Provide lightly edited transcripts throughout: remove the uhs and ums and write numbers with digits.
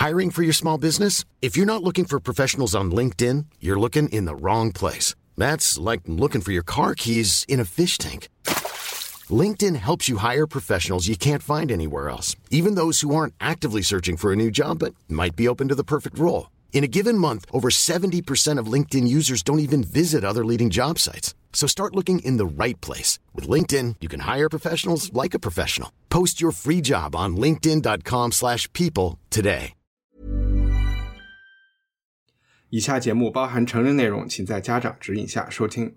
Hiring for your small business? If you're not looking for professionals on LinkedIn, you're looking in the wrong place. That's like looking for your car keys in a fish tank. LinkedIn helps you hire professionals you can't find anywhere else, even those who aren't actively searching for a new job but might be open to the perfect role. In a given month, over 70% of LinkedIn users don't even visit other leading job sites. So start looking in the right place. With LinkedIn, you can hire professionals like a professional. Post your free job on linkedin.com/people today. 以下节目包含成人内容，请在家长指引下收听。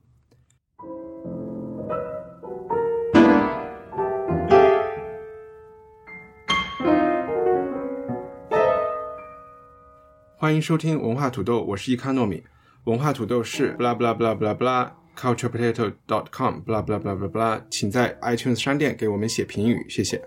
欢迎收听文化土豆，我是伊康糯米。文化土豆是 blah blah blah blah blah culturepotato.com blah blah blah blah blah， 请在 iTunes 商店给我们写评语，谢谢。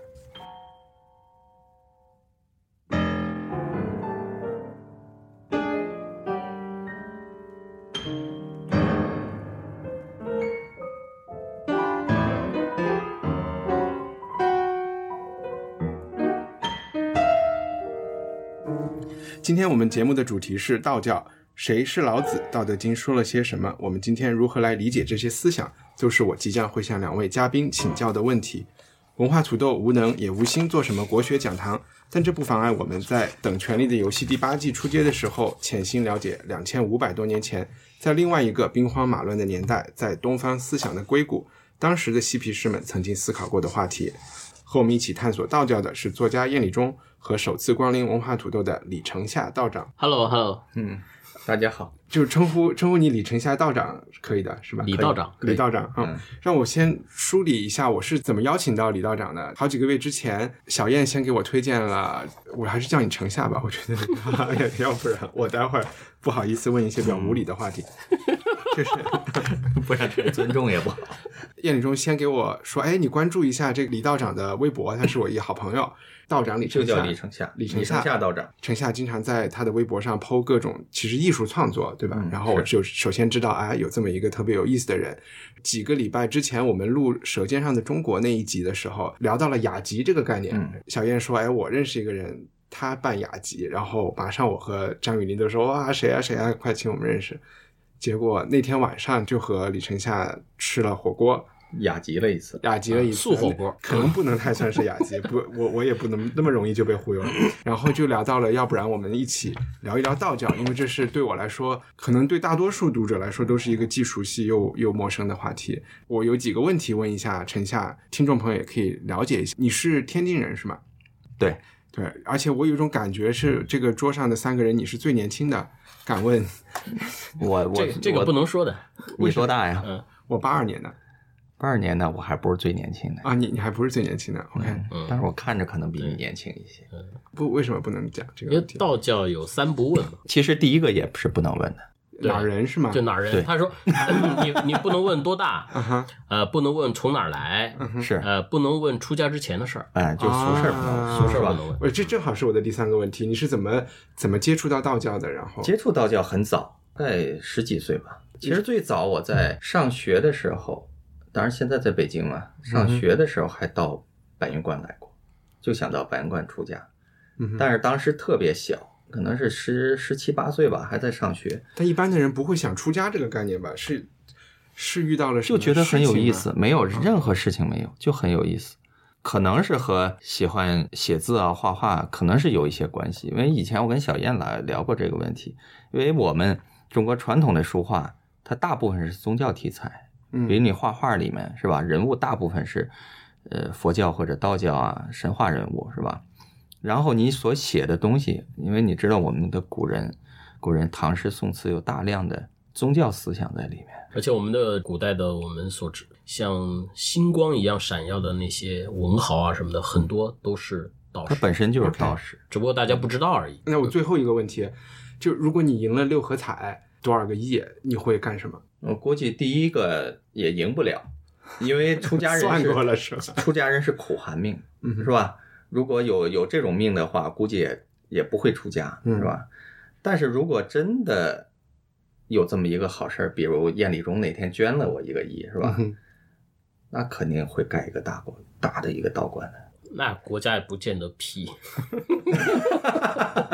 今天我们节目的主题是道教，谁是老子？道德经说了些什么？我们今天如何来理解这些思想，就是我即将会向两位嘉宾请教的问题。文化土豆无能也无心做什么国学讲堂，但这不妨碍我们在等权力的游戏第8季出街的时候，潜心了解2500多年前，在另外一个兵荒马乱的年代，在东方思想的硅谷，当时的嬉皮士们曾经思考过的话题。和我们一起探索道教的是作家晏礼中和首次光临文化土豆的李承夏道长。 Hello， 大家好。 就称呼你李承夏道长可以的是吧？ 李道长， 李道长。让我先梳理一下我是怎么邀请到李道长的。好几个月之前，小燕先给我推荐了，我还是叫你承夏吧，我觉得要不然我待会儿不好意思问一些比较无理的话题。就是不然尊重也不好。 晏礼中先给我说，哎，你关注一下这个李道长的微博，他是我一个好朋友。道长李承夏， 就叫李承夏道长。 承夏经常在他的微博上 po 各种其实艺术创作，对吧？然后我就首先知道，哎，有这么一个特别有意思的人。几个礼拜之前我们录《舌尖上的中国》那一集的时候，聊到了雅集这个概念。小燕说，哎，我认识一个人，他办雅集，然后马上我和张雨林都说，哇，谁啊谁啊，快请我们认识。结果那天晚上就和李承夏吃了火锅， 雅集了一次， 素火锅， 可能不能太算是雅集，不，我也不能那么容易就被忽悠了。然后就聊到了，要不然我们一起聊一聊道教，因为这是对我来说，可能对大多数读者来说都是一个既熟悉又陌生的话题。我有几个问题问一下承夏，听众朋友也可以了解一下。你是天津人是吗？ 对， 而且我有一种感觉是，这个桌上的3个人你是最年轻的。敢问这个不能说的。 你多大呀？ 我82年的。 82年的我还不是最年轻的啊，你还不是最年轻的 OK。 但是我看着可能比你年轻一些。 不，为什么不能讲这个问题？ 因为道教有3不问嘛。 其实第一个也是不能问的。 哪人是吗？ 就哪人。他说你不能问多大不能问从哪儿来是不能问出家之前的事儿。 就俗事不能问，俗事不能问。 这正好是我的第3个问题，你是怎么接触到道教的？然后接触道教很早，大概10几岁吧。其实最早我在上学的时候，当然现在在北京嘛，上学的时候还到白云观来过，就想到白云观出家。但是当时特别小，可能是17、18岁吧，还在上学。 但一般的人不会想出家这个概念吧？是遇到了什么事情吗？ 就觉得很有意思，没有任何事情没有，就很有意思。可能是和喜欢写字啊、画画可能是有一些关系。因为以前我跟小燕聊过这个问题，因为我们中国传统的书画，它大部分是宗教题材。比如你画画里面是吧，人物大部分是佛教或者道教啊，神话人物是吧？然后你所写的东西，因为你知道我们的古人唐诗宋词有大量的宗教思想在里面， 而且我们的古代的我们所指像星光一样闪耀的那些文豪啊什么的，很多都是道士， 它本身就是道士， 只不过大家不知道而已。 那我最后一个问题，就如果你赢了6合彩多少个亿，你会干什么？ 我估计第一个也赢不了，因为出家人算过了是吧？ 出家人是苦寒命，是吧？如果有这种命的话，估计也不会出家，是吧？但是如果真的有这么一个好事，比如晏礼中哪天捐了我1个亿，是吧？那肯定会盖一个大的一个道观的。 那国家也不见得批。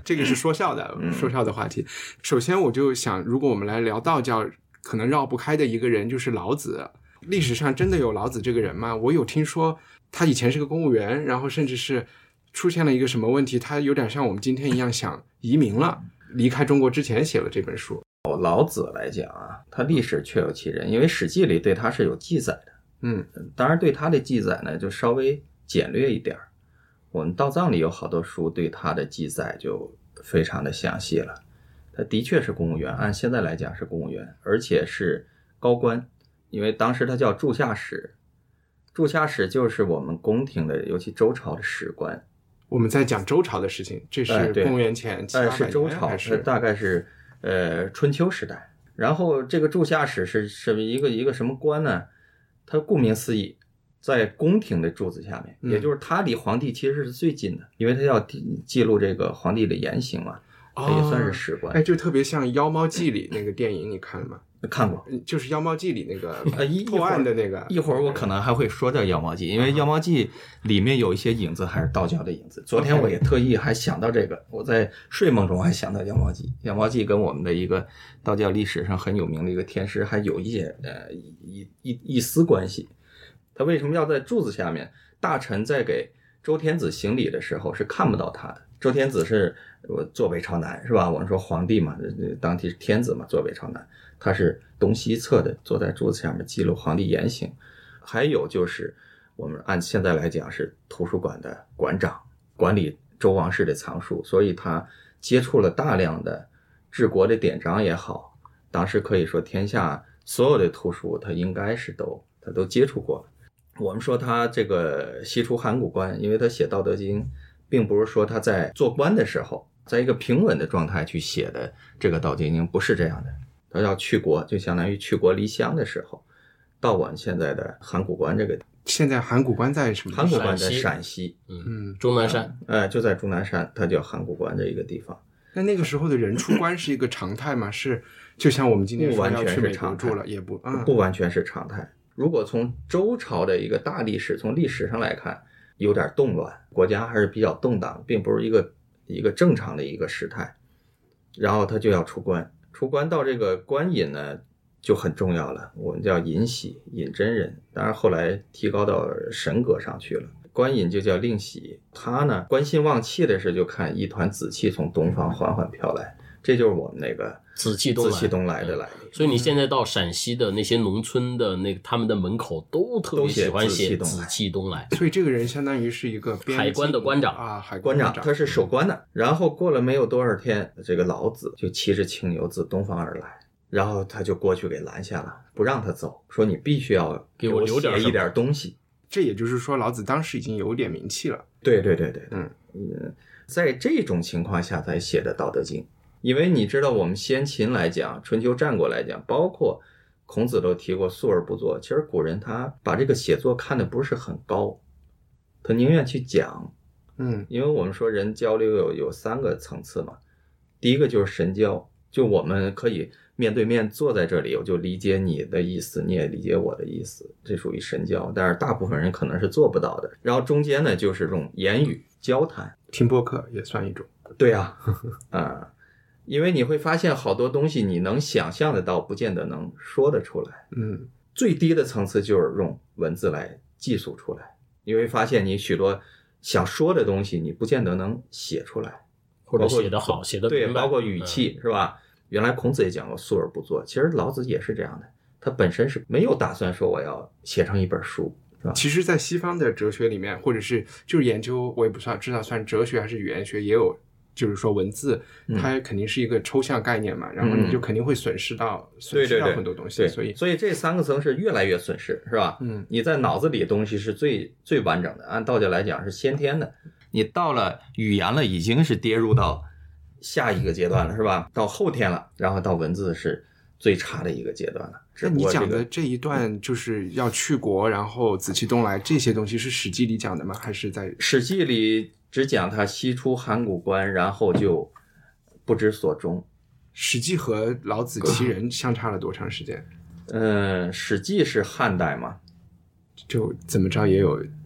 这个是说笑的，说笑的话题。首先我就想，如果我们来聊道教，可能绕不开的一个人就是老子。历史上真的有老子这个人吗？我有听说他以前是个公务员，然后甚至是出现了一个什么问题，他有点像我们今天一样想移民了，离开中国之前写了这本书。 老子来讲啊，他历史确有其人，因为《史记》里对他是有记载的。当然对他的记载呢就稍微简略一点。我们道藏里有好多书对他的记载就非常的详细了。他的确是公务员，按现在来讲是公务员，而且是高官，因为当时他叫柱下使。柱下使就是我们宫廷的，尤其周朝的史官。 我们在讲周朝的事情，这是公元前700年是周朝， 还是大概是春秋时代。然后这个柱下使是一个什么官呢？他顾名思义，在宫廷的柱子下面，也就是他离皇帝其实是最近的，因为他要记录这个皇帝的言行嘛，他也算是史官。 就特别像《妖猫记》里那个电影，你看了吗？ 看过， 就是《妖猫记》里那个破案的那个。 一会儿我可能还会说到《妖猫记》，因为《妖猫记》里面有一些影子还是道教的影子。昨天我也特意还想到这个，我在睡梦中还想到《妖猫记》。《妖猫记》跟我们的一个道教历史上很有名的一个天师还有一些一丝关系。他为什么要在柱子下面？大臣在给周天子行礼的时候是看不到他的。周天子是坐北朝南，是吧？我们说皇帝嘛，当地是天子嘛，坐北朝南，他是东西侧的，坐在柱子下面记录皇帝言行。还有就是我们按现在来讲是图书馆的馆长，管理周王室的藏书，所以他接触了大量的治国的典章也好，当时可以说天下所有的图书他应该是他都接触过了。我们说他这个西出函谷关，因为他写《道德经》并不是说他在做官的时候在一个平稳的状态去写的这个《道德经》，不是这样的。他要去国，就相当于去国离乡的时候，到我们现在的函谷关这个。 现在函谷关在什么地方？ 函谷关在陕西， 终南山， 就在终南山，它叫函谷关这一个地方。 那个时候的人出关是一个常态吗？是就像我们今天说要去美国住了，也不完全是常态。如果从周朝的一个大历史，从历史上来看，有点动乱，国家还是比较动荡，并不是一个正常的一个时态。然后他就要出关，出关到这个官尹呢就很重要了，我们叫尹喜，尹真人，当然后来提高到神格上去了。官尹就叫令喜，他呢关心望气的时候就看一团紫气从东方缓缓飘来，这就是我们那个紫气东来的来历。 所以你现在到陕西的那些农村的他们的门口都特别喜欢写紫气东来。 所以这个人相当于是一个海关的官长啊，海关长，他是守关的。然后过了没有多少天，这个老子就骑着青牛自东方而来，然后他就过去给拦下了，不让他走，说你必须要给我留写一点东西。 这也就是说老子当时已经有点名气了。 对，在这种情况下才写的《道德经》。因为你知道我们先秦来讲，春秋战国来讲，包括孔子都提过述而不作，其实古人他把这个写作看的不是很高，他宁愿去讲。因为我们说人交流有3个层次嘛。第一个就是神交，就我们可以面对面坐在这里，我就理解你的意思，你也理解我的意思，这属于神交，但是大部分人可能是做不到的。然后中间呢就是这种言语交谈， 听播客也算一种。 对啊，因为你会发现好多东西你能想象得到，不见得能说得出来。最低的层次就是用文字来记述出来，你会发现你许多想说的东西你不见得能写出来， 或者写得好，写得对，包括语气，是吧？原来孔子也讲过述而不作，其实老子也是这样的，他本身是没有打算说我要写成一本书，是吧？ 其实在西方的哲学里面，或者是就是研究，我也不知道算哲学还是语言学，也有就是说文字它肯定是一个抽象概念嘛，然后你就肯定会损失到很多东西。所以这3个层是越来越损失，是吧？你在脑子里的东西是最完整的，按道教来讲是先天的，你到了语言了已经是跌入到下一个阶段了，是吧？到后天了，然后到文字是最差的一个阶段了。 那你讲的这一段就是要去国，然后紫气东来这些东西是史记里讲的吗？还是在史记里只讲他西出函谷关，然后就不知所终。 史记和老子其人相差了多长时间？ 史记是汉代嘛， 就怎么着也有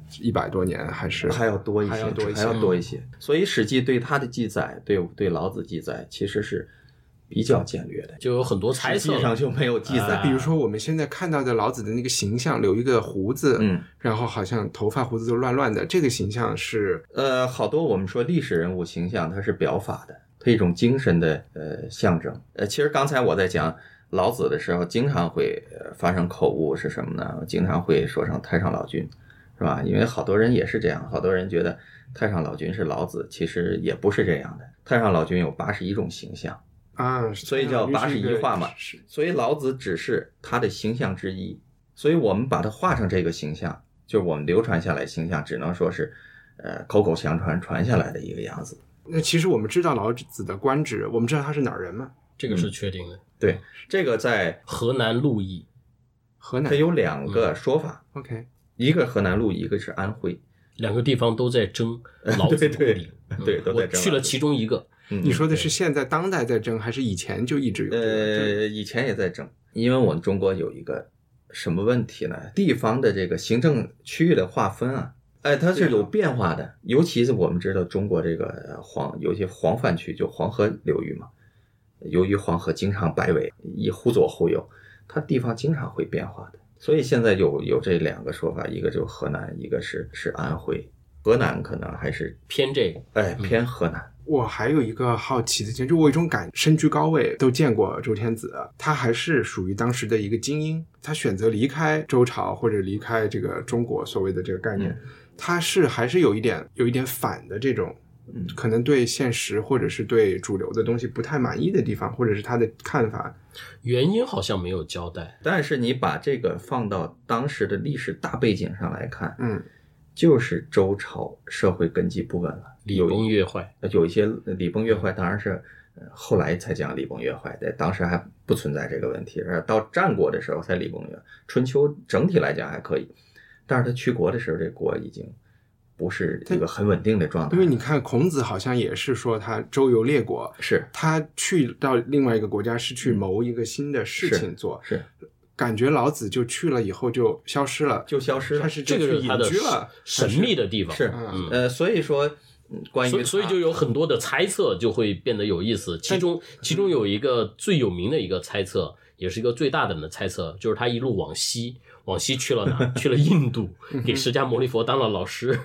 100多年，还是还要多一些， 还要多一些， 还要多一些。所以《史记》对他的记载，对老子记载其实是比较简略的， 就有很多猜测， 实际上就没有记载。 比如说我们现在看到的老子的那个形象，留一个胡子，然后好像头发胡子都乱乱的，这个形象是好多我们说历史人物形象，它是表法的，它一种精神的象征。其实刚才我在讲老子的时候，经常会发生口误，是什么呢？我经常会说成太上老君，是吧？因为好多人也是这样，好多人觉得太上老君是老子，其实也不是这样的。太上老君有81种形象啊， 所以叫81画嘛。所以老子只是他的形象之一，所以我们把它画成这个形象，就是我们流传下来形象，只能说是口口相传传下来的一个样子。 那其实我们知道老子的官职，我们知道他是哪儿人吗？ 这个是确定的。 对，这个在河南鹿邑。 河南它有2个说法。 OK， 一个河南鹿邑，一个是安徽 ，2个地方都在争老子故里。 对，都在争。 我去了其中一个。 你说的是现在当代在争，还是以前就一直有这个以前也在争。因为我们中国有一个什么问题呢？地方的这个行政区域的划分啊，它是有变化的。尤其是我们知道中国这个有些黄泛区，就黄河流域嘛，由于黄河经常摆尾，一忽左忽右，它地方经常会变化的。所以现在有这2个说法，一个就是河南，一个是安徽。河南可能还是偏这个， 偏河南。 我还有一个好奇的点，就我有一种身居高位，都见过周天子，他还是属于当时的一个精英，他选择离开周朝或者离开这个中国所谓的这个概念，他还是有一点反的这种，可能对现实或者是对主流的东西不太满意的地方，或者是他的看法。 原因好像没有交代， 但是你把这个放到当时的历史大背景上来看，就是周朝社会根基不稳了， 礼崩乐坏。 有一些礼崩乐坏，当然是后来才讲礼崩乐坏的，当时还不存在这个问题，到战国的时候才礼崩乐坏。春秋整体来讲还可以，但是他去国的时候，这国已经不是一个很稳定的状态。 因为你看孔子好像也是说他周游列国， 是他去到另外一个国家是去谋一个新的事情做， 是感觉老子就去了以后就消失了，他是这个是他的神秘的地方。 是所以说关于所以就有很多的猜测就会变得有意思。其中有一个最有名的一个猜测，也是一个最大胆的猜测，就是他一路往西去了哪？去了印度，给释迦牟尼佛当了老师。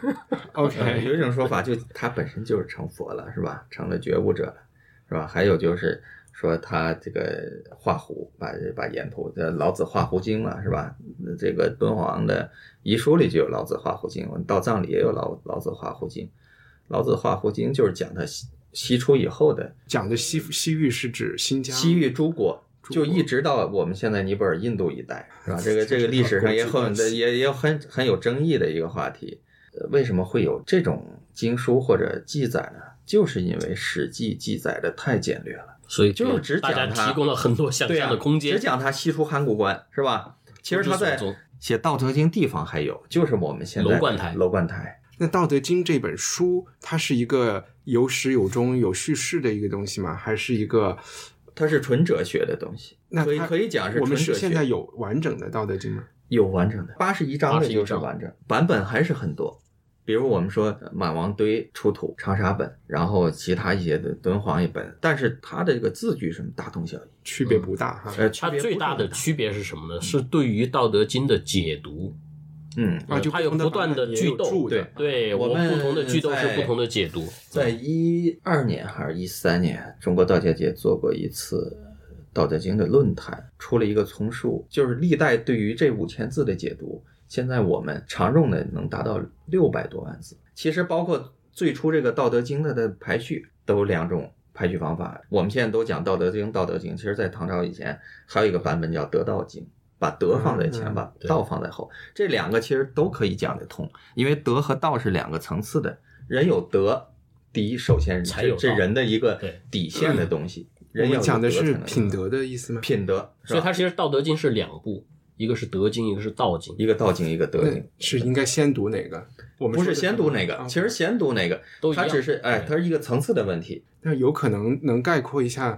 OK， 有一种说法，就他本身就是成佛了，是吧？成了觉悟者了，是吧？还有就是说他这个画胡，把沿途的老子画胡经嘛，是吧？这个敦煌的遗书里就有老子画胡经，到藏里也有老子画胡经。老子画胡经就是讲他西出以后的， 讲的西域是指新疆、 西域诸国，就一直到我们现在尼泊尔、印度一带，是吧？这个历史上也很有争议的一个话题。为什么会有这种经书或者记载呢？就是因为《史记》记载的太简略了， 所以就是只讲大家提供了很多想象的空间， 只讲他西出函谷关，是吧？其实他在写《道德经》地方还有，就是我们现在楼观台。 那《道德经》这本书，它是一个有始有终、有叙事的一个东西吗？还是一个？ 它是纯哲学的东西。那可以讲是纯哲学。 我们现在有完整的《道德经》吗？ 有完整的，81章的就是完整，版本还是很多。比如我们说马王堆出土长沙本，然后其他一些的敦煌一本，但是它的这个字句什么大同小异， 区别不大哈。 它最大的区别是什么呢？是对于《道德经》的解读。它有不断的句斗，对，我们不同的句斗是不同的解读。 在12年还是13年，中国道教界做过一次《道德经》的论坛，出了一个丛书，就是历代对于这5000字的解读。现在我们常用的能达到600多万字。其实包括最初这个《道德经》的排序都有2种排序方法。我们现在都讲《道德经》，其实在唐朝以前还有一个版本叫《得道经》。把德放在前，把道放在后，这2个其实都可以讲得通，因为德和道是2个层次的。人有德，第一首先这人的一个底线的东西。人我们讲的是品德的意思吗？ 品德， 所以它其实《道德经》是2部，一个是德经，一个是道经。 一个道经，一个德经。 是应该先读哪个？我们不是先读哪个，其实先读哪个它只是它是一个层次的问题。 那有可能概括一下。《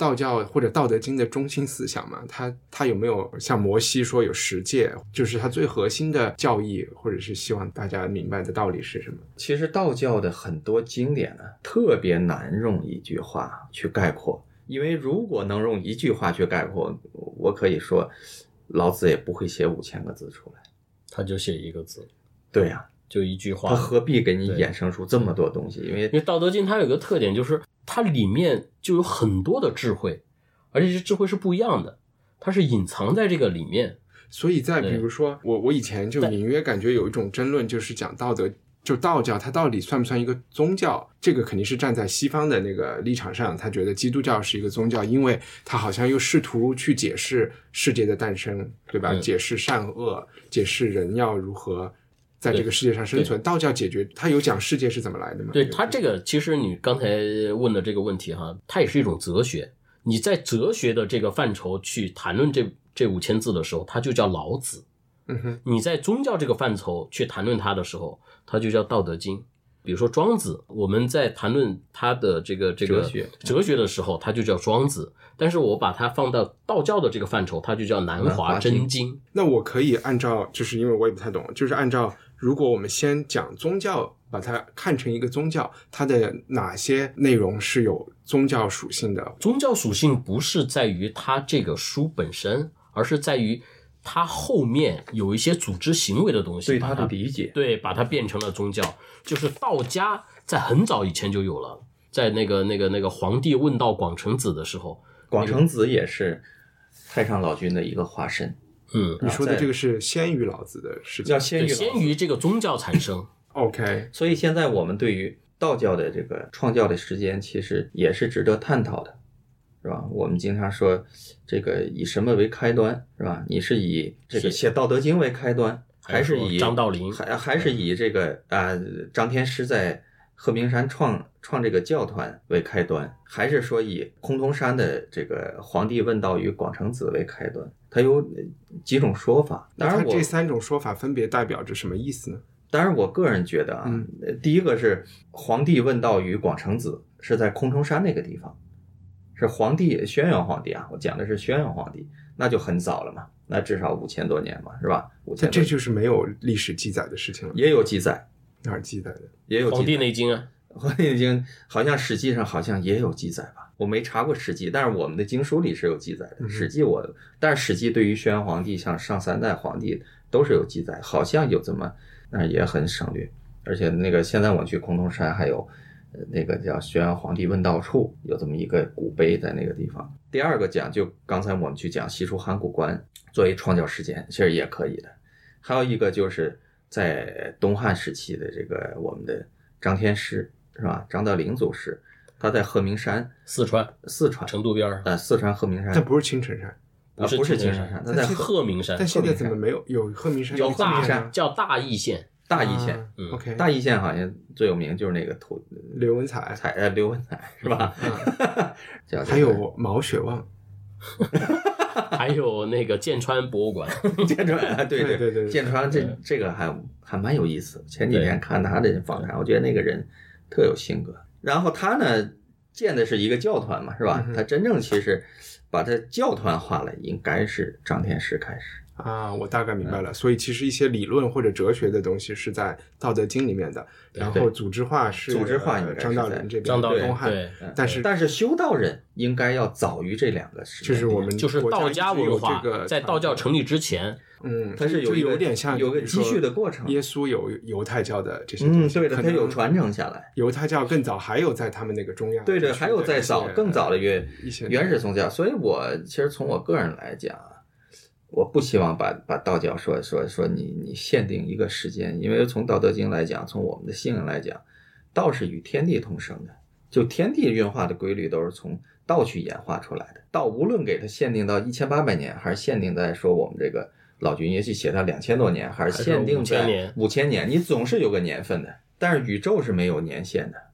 道教或者道德经的中心思想嘛？它有没有像摩西说有十诫，就是它最核心的教义，或者是希望大家明白的道理是什么？ 其实道教的很多经典呢，特别难用一句话去概括，因为如果能用一句话去概括，我可以说老子也不会写5000个字出来， 他就写一个字。 对呀， 就一句话， 他何必给你衍生出这么多东西？因为道德经它有一个特点，就是它里面就有很多的智慧，而且这智慧是不一样的，它是隐藏在这个里面。 所以在比如说我以前就隐约感觉有一种争论，就是讲道德，就道教它到底算不算一个宗教？这个肯定是站在西方的那个立场上，他觉得基督教是一个宗教，因为他好像又试图去解释世界的诞生，对吧？解释善恶，解释人要如何在这个世界上生存。道教解决，他有讲世界是怎么来的吗？ 对，他这个其实你刚才问的这个问题哈，它也是一种哲学。你在哲学的这个范畴去谈论这5000字的时候，它就叫老子。你在宗教这个范畴去谈论它的时候，它就叫道德经。比如说庄子，我们在谈论他的这个哲学的时候，它就叫庄子。但是我把它放到道教的这个范畴，它就叫南华真经。 那我可以按照，就是因为我也不太懂，就是按照如果我们先讲宗教，把它看成一个宗教，它的哪些内容是有宗教属性的？ 宗教属性不是在于它这个书本身，而是在于它后面有一些组织行为的东西， 对它的理解， 对，把它变成了宗教。就是道家在很早以前就有了，在那个皇帝问到广成子的时候， 广成子也是太上老君的一个化身。 你说的这个是先于老子的事情， 要先于这个宗教产生。 OK， 所以现在我们对于道教的这个创教的时间，其实也是值得探讨的，是吧？我们经常说这个以什么为开端，是吧？你是以这个写《道德经》为开端，还是以张道陵， 还是以这个张天师在鹤鸣山创这个教团为开端，还是说以崆峒山的这个皇帝问道于广成子为开端？它有几种说法。当然， 这3种说法分别代表着什么意思呢？ 当然，我个人觉得第一个是皇帝问道于广成子，是在崆峒山那个地方，是皇帝轩辕皇帝啊，我讲的是轩辕皇帝，那就很早了嘛，那至少5000多年嘛，是吧？5000多年， 这就是没有历史记载的事情了。 也有记载， 哪儿记载的？ 也有记载。 黄帝内经啊， 黄帝内经好像史记上好像也有记载吧，我没查过史记，但是我们的经书里是有记载的。史记但是史记对于轩辕皇帝像上3代皇帝都是有记载，好像有这么，但是也很省略。而且那个现在我去崆峒山还有那个叫轩辕皇帝问道处，有这么一个古碑在那个地方。第二个讲，就刚才我们去讲西出函谷关作为创教时间，其实也可以的。还有一个就是在东汉时期的这个我们的张天师，是吧？张道陵祖师，他在鹤鸣山，四川成都边上， 四川鹤鸣山， 但不是青城山， 不是青城山，他在鹤鸣山。 但现在怎么没有鹤鸣山？ 有鹤鸣山，叫大邑县。 大邑县 ，OK， 大邑县好像最有名就是那个刘文彩， 刘文彩是吧？ 还有毛血旺， 还有那个剑川博物馆， 剑川，对，剑川这个还蛮有意思。前几天看他的访谈，我觉得那个人特有性格。然后他呢建的是一个教团嘛，是吧？他真正其实把他教团化了，应该是张天师开始。 我大概明白了。所以其实一些理论或者哲学的东西是在《道德经》里面的，然后组织化是张道陵这边， 张道陵东汉。但是修道人应该要早于这2个时间， 就是我们就是道家文化在道教成立之前， 它是有点像有个积蓄的过程。 耶稣有犹太教的这些东西， 对的，它有传承下来。 犹太教更早，还有在他们那个中央， 对的，还有再早更早的原始宗教。所以我其实从我个人来讲，我不希望把道教说你限定一个时间，因为从《道德经》来讲，从我们的信仰来讲，道是与天地同生的，就天地运化的规律都是从道去演化出来的。道无论给它限定到1800年，还是限定在说我们这个老君也许写到2000多年，还是限定在5000年，你总是有个年份的。但是宇宙是没有年限的，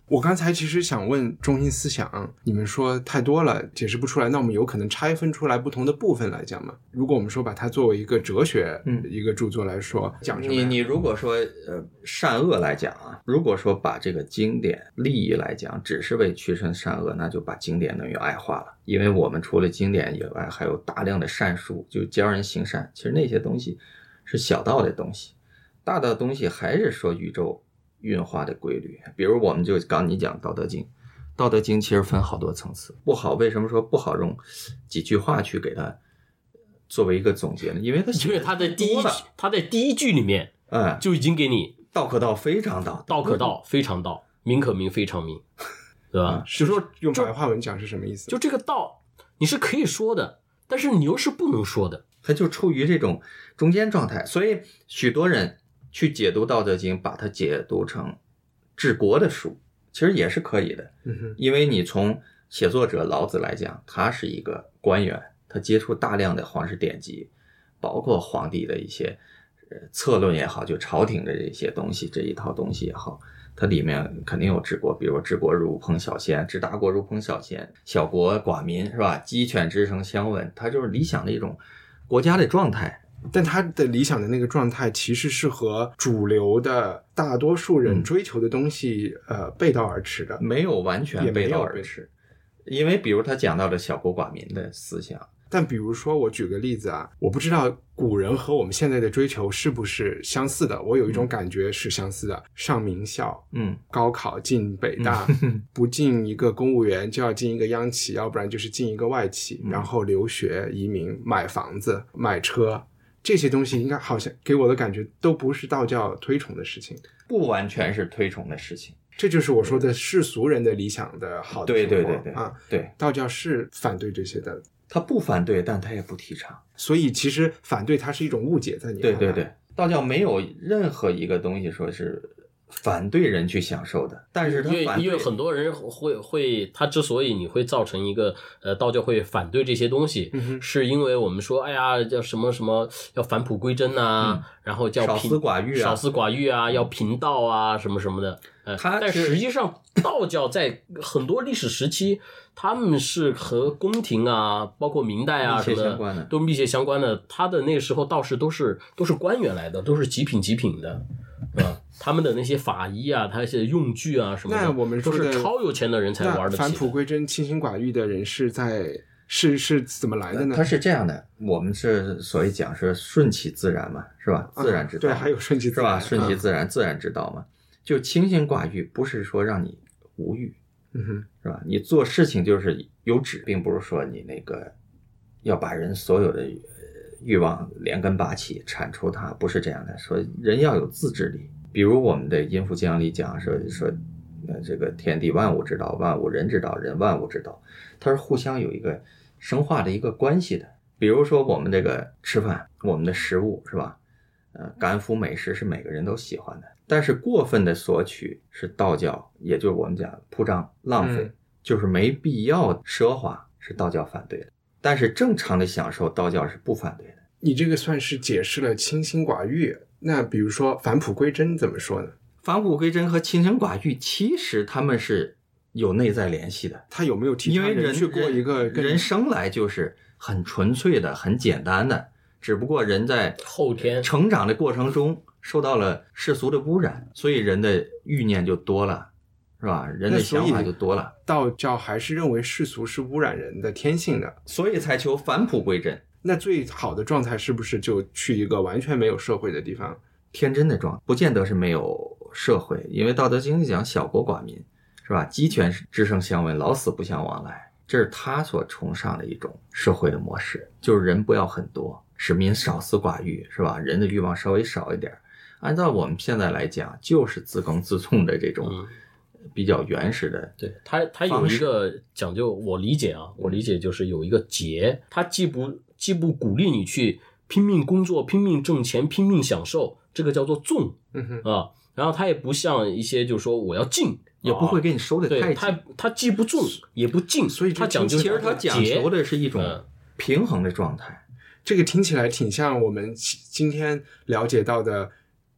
我刚才其实想问中心思想，你们说太多了解释不出来，那我们有可能拆分出来不同的部分来讲吗？如果我们说把它作为一个哲学一个著作来说，讲什么？ 你如果说善恶来讲啊，如果说把这个经典利益来讲只是为区分善恶，那就把经典等于爱化了。因为我们除了经典以外还有大量的善书，就教人行善，其实那些东西是小道的东西，大的东西还是说宇宙运化的规律。比如我们就刚你讲道德经，道德经其实分好多层次，不好，为什么说不好用几句话去给它作为一个总结呢？因为它在第一句里面就已经给你道可道非常道， 道可道非常道，名可名非常名，对吧？ 就说用白话文讲是什么意思？ 就这个道你是可以说的，但是你又是不能说的， 它就处于这种中间状态。所以许多人去解读道德经，把它解读成治国的书，其实也是可以的。因为你从写作者老子来讲，他是一个官员，他接触大量的皇室典籍，包括皇帝的一些策论也好，就朝廷的这些东西，这一套东西也好，它里面肯定有治国，比如治国如烹小鲜，治大国如烹小鲜，小国寡民，是吧？鸡犬之声相闻，它就是理想的一种国家的状态。 但他的理想的那个状态其实是和主流的大多数人追求的东西背道而驰的， 没有完全背道而驰。因为比如他讲到了小国寡民的思想， 但比如说我举个例子啊，我不知道古人和我们现在的追求是不是相似的，我有一种感觉是相似的。上名校，高考进北大，不进一个公务员就要进一个央企，要不然就是进一个外企，然后留学移民买房子买车，这些东西应该好像给我的感觉都不是道教推崇的事情， 不完全是推崇的事情。 这就是我说的世俗人的理想的好的生活。 对， 道教是反对这些的。 他不反对，但他也不提倡。 所以其实反对它是一种误解，在你看来。 对，道教没有任何一个东西说是反对人去享受的，但是他反对， 因为很多人会他之所以你会造成一个道教会反对这些东西，是因为我们说哎呀叫什么什么要返璞归真啊，然后叫少私寡欲啊，要平道啊什么什么的。但实际上道教在很多历史时期他们是和宫廷啊包括明代啊什么的都密切相关的，他的那个时候道士都是官员来的，都是极品的他们的那些法衣啊，他一些用具啊什么的， 那我们说的都是超有钱的人才玩得起的。 返璞归真清心寡欲的人是怎么来的呢？ 他是这样的，我们是所谓讲是顺其自然嘛，是吧？自然之道， 对，还有顺其自然， 是吧？顺其自然，自然之道嘛。就清心寡欲，不是说让你无欲，是吧？你做事情就是有止，并不是说你那个要把人所有的欲望连根拔起铲除它，不是这样的。说人要有自制力，比如我们的阴符经里讲说这个天地万物之道，万物人之道，人万物之道，它是互相有一个生化的一个关系的。比如说我们这个吃饭，我们的食物是吧？甘福美食是每个人都喜欢的，但是过分的索取是道教，也就是我们讲铺张浪费，就是没必要奢华，是道教反对的。但是正常的享受，道教是不反对的。 你这个算是解释了清心寡欲。那比如说返璞归真怎么说呢？ 返璞归真和清心寡欲其实他们是有内在联系的。 他有没有提倡人去过一个人生来就是很纯粹的很简单的，只不过人在后天成长的过程中受到了世俗的污染，所以人的欲念就多了，是吧？人的想法就多了。 道教还是认为世俗是污染人的天性的， 所以才求返璞归真。 那最好的状态是不是就去一个完全没有社会的地方？ 天真的状态不见得是没有社会，因为道德经讲小国寡民，是吧？鸡犬之声相闻，老死不相往来，这是他所崇尚的一种社会的模式，就是人不要很多，使民少私寡欲，是吧？人的欲望稍微少一点，按照我们现在来讲就是自耕自种的这种比较原始的。 对，他有一个讲究，我理解就是有一个节，他既不鼓励你去拼命工作拼命挣钱拼命享受，这个叫做纵然后他也不像一些就是说我要静， 也不会给你收的太紧， 他既不纵也不静， 所以他讲究， 其实他讲求的是一种平衡的状态。 这个听起来挺像我们今天了解到的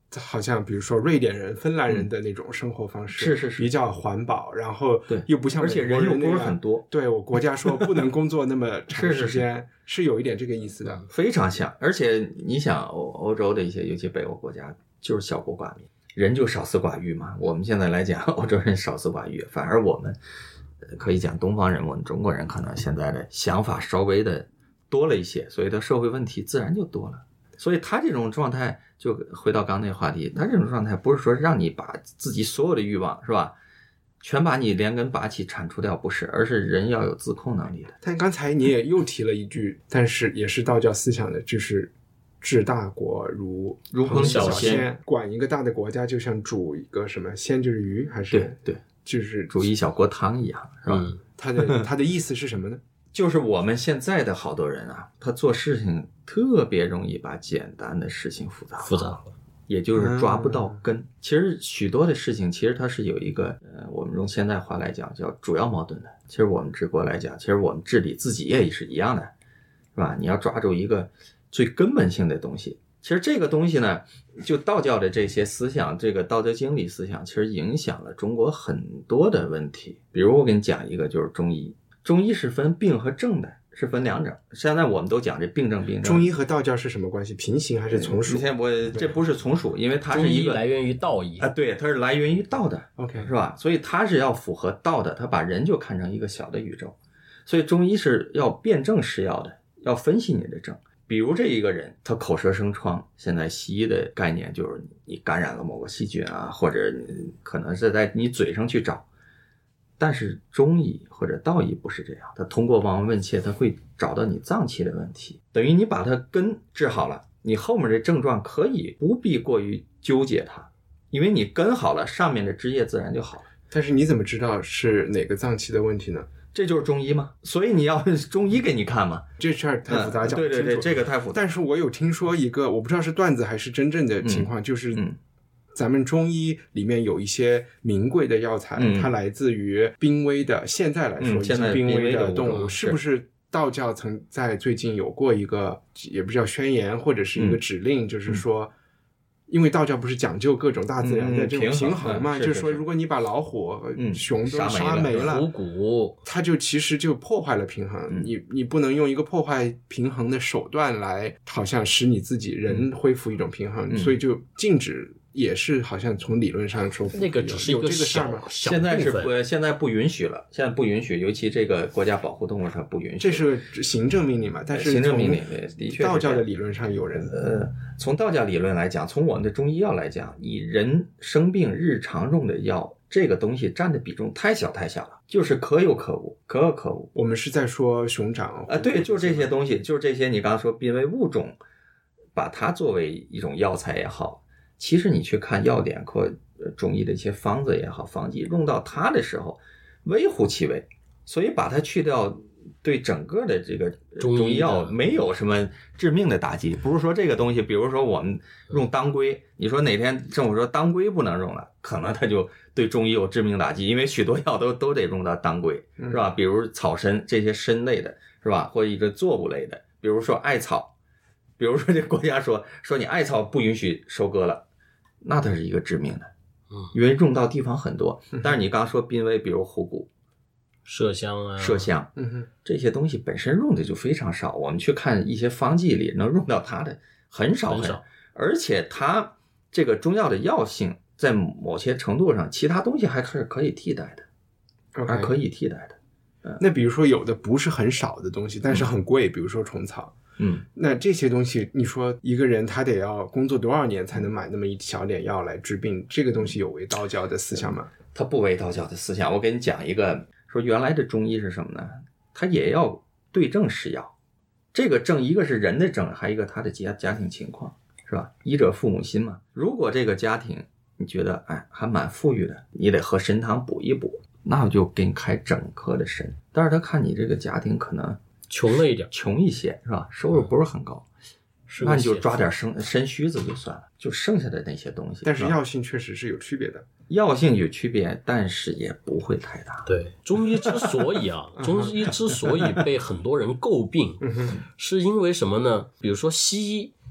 好像比如说瑞典人、芬兰人的那种生活方式， 是比较环保，然后对又不像而且人又不是很多。 对，我国家说不能工作那么长时间，是有一点这个意思的， 非常像。而且你想欧洲的一些，尤其北欧国家，就是小国寡民，人就少私寡欲嘛。我们现在来讲，欧洲人少私寡欲，反而我们可以讲东方人，我们中国人可能现在的想法稍微的多了一些，所以的社会问题自然就多了。所以他这种状态，就回到刚才那个话题，他这种状态不是说让你把自己所有的欲望是吧，全把你连根拔起铲除掉，不是，而是人要有自控能力的。 但刚才你也又提了一句，但是也是道教思想的，就是治大国如烹小鲜， 管一个大的国家就像煮一个什么鲜就是鱼，还是对， 就是煮一小锅汤一样，是吧？ 他的意思是什么呢？ 就是我们现在的好多人啊，他做事情特别容易把简单的事情复杂化，也就是抓不到根。其实许多的事情，其实它是有一个我们用现代话来讲叫主要矛盾的。其实我们治国来讲，其实我们治理自己也是一样的，是吧？你要抓住一个最根本性的东西。其实这个东西呢，就道教的这些思想，这个道德经理思想，其实影响了中国很多的问题。比如我给你讲一个，就是中医。中医是分病和症的，是分两种。现在我们都讲这病症。 中医和道教是什么关系？平行还是从属？ 这不是从属，因为它是一个中医来源于道义啊，对，它是来源于道的 ，OK， 是吧？所以它是要符合道的，它把人就看成一个小的宇宙。所以中医是要辨证施药的，要分析你的症。比如这一个人他口舌生疮，现在西医的概念就是你感染了某个细菌啊，或者可能是在你嘴上去找。但是中医或者道医不是这样，他通过望闻问切，他会找到你脏器的问题，等于你把它根治好了，你后面的症状可以不必过于纠结它，因为你根好了，上面的枝叶自然就好了。 但是你怎么知道是哪个脏器的问题呢？ 这就是中医嘛，所以你要中医给你看嘛。 这事儿太复杂，讲不清楚。 对，这个太复杂。 但是我有听说一个，我不知道是段子还是真正的情况，就是咱们中医里面有一些名贵的药材，它来自于濒危的，现在来说已经濒危的动物，是不是？道教曾在最近有过一个，也不叫宣言，或者是一个指令，就是说。因为道教不是讲究各种大自然的这种平衡嘛，就是说如果你把老虎和熊都杀没了， 虎骨它就其实就破坏了平衡，你不能用一个破坏平衡的手段来好像使你自己人恢复一种平衡，所以就禁止，也是好像从理论上说那个只是一个小现在不允许了，现在不允许，尤其这个国家保护动物它不允许， 这是行政命令嘛？但是行政命令的确， 道教的理论上有人从道教理论来讲，从我们的中医药来讲，你人生病日常用的药，这个东西占的比重太小了，就是可有可无，可有可无。 我们是在说熊掌对，就是这些东西，就是这些你刚刚说濒危物种，把它作为一种药材也好，其实你去看药典或中医的一些方子也好，方剂用到它的时候微乎其微，所以把它去掉，对整个的这个中医药没有什么致命的打击。不是说这个东西，比如说我们用当归，你说哪天政府说当归不能用了，可能它就对中医有致命打击，因为许多药都得用到当归，是吧？比如草参这些参类的，是吧？或者一个作物类的，比如说艾草，比如说这国家说你艾草不允许收割了，那它是一个致命的，因为用到地方很多。但是你刚刚说濒危，比如虎骨、 麝香， 这些东西本身用的就非常少。我们去看一些方剂里能用到它的很少，而且它这个中药的药性在某些程度上，其他东西还是可以替代的，还可以替代的。 那比如说有的不是很少的东西，但是很贵，比如说虫草。那这些东西，你说一个人他得要工作多少年才能买那么一小点药来治病？这个东西有违道教的思想吗？ 它不违道教的思想。我给你讲一个，说原来的中医是什么呢？它也要对症施药。这个症，一个是人的症，还有一个他的家庭情况，是吧？医者父母心嘛。如果这个家庭你觉得还蛮富裕的，你得喝参汤补一补，那我就给你开整颗的参。但是他看你这个家庭可能穷了一点， 穷一些，是吧？收入不是很高，那你就抓点参须子就算了，就剩下的那些东西。 但是药性确实是有区别的， 药性有区别，但是也不会太大。 对，中医之所以被很多人诟病，是因为什么呢？比如说西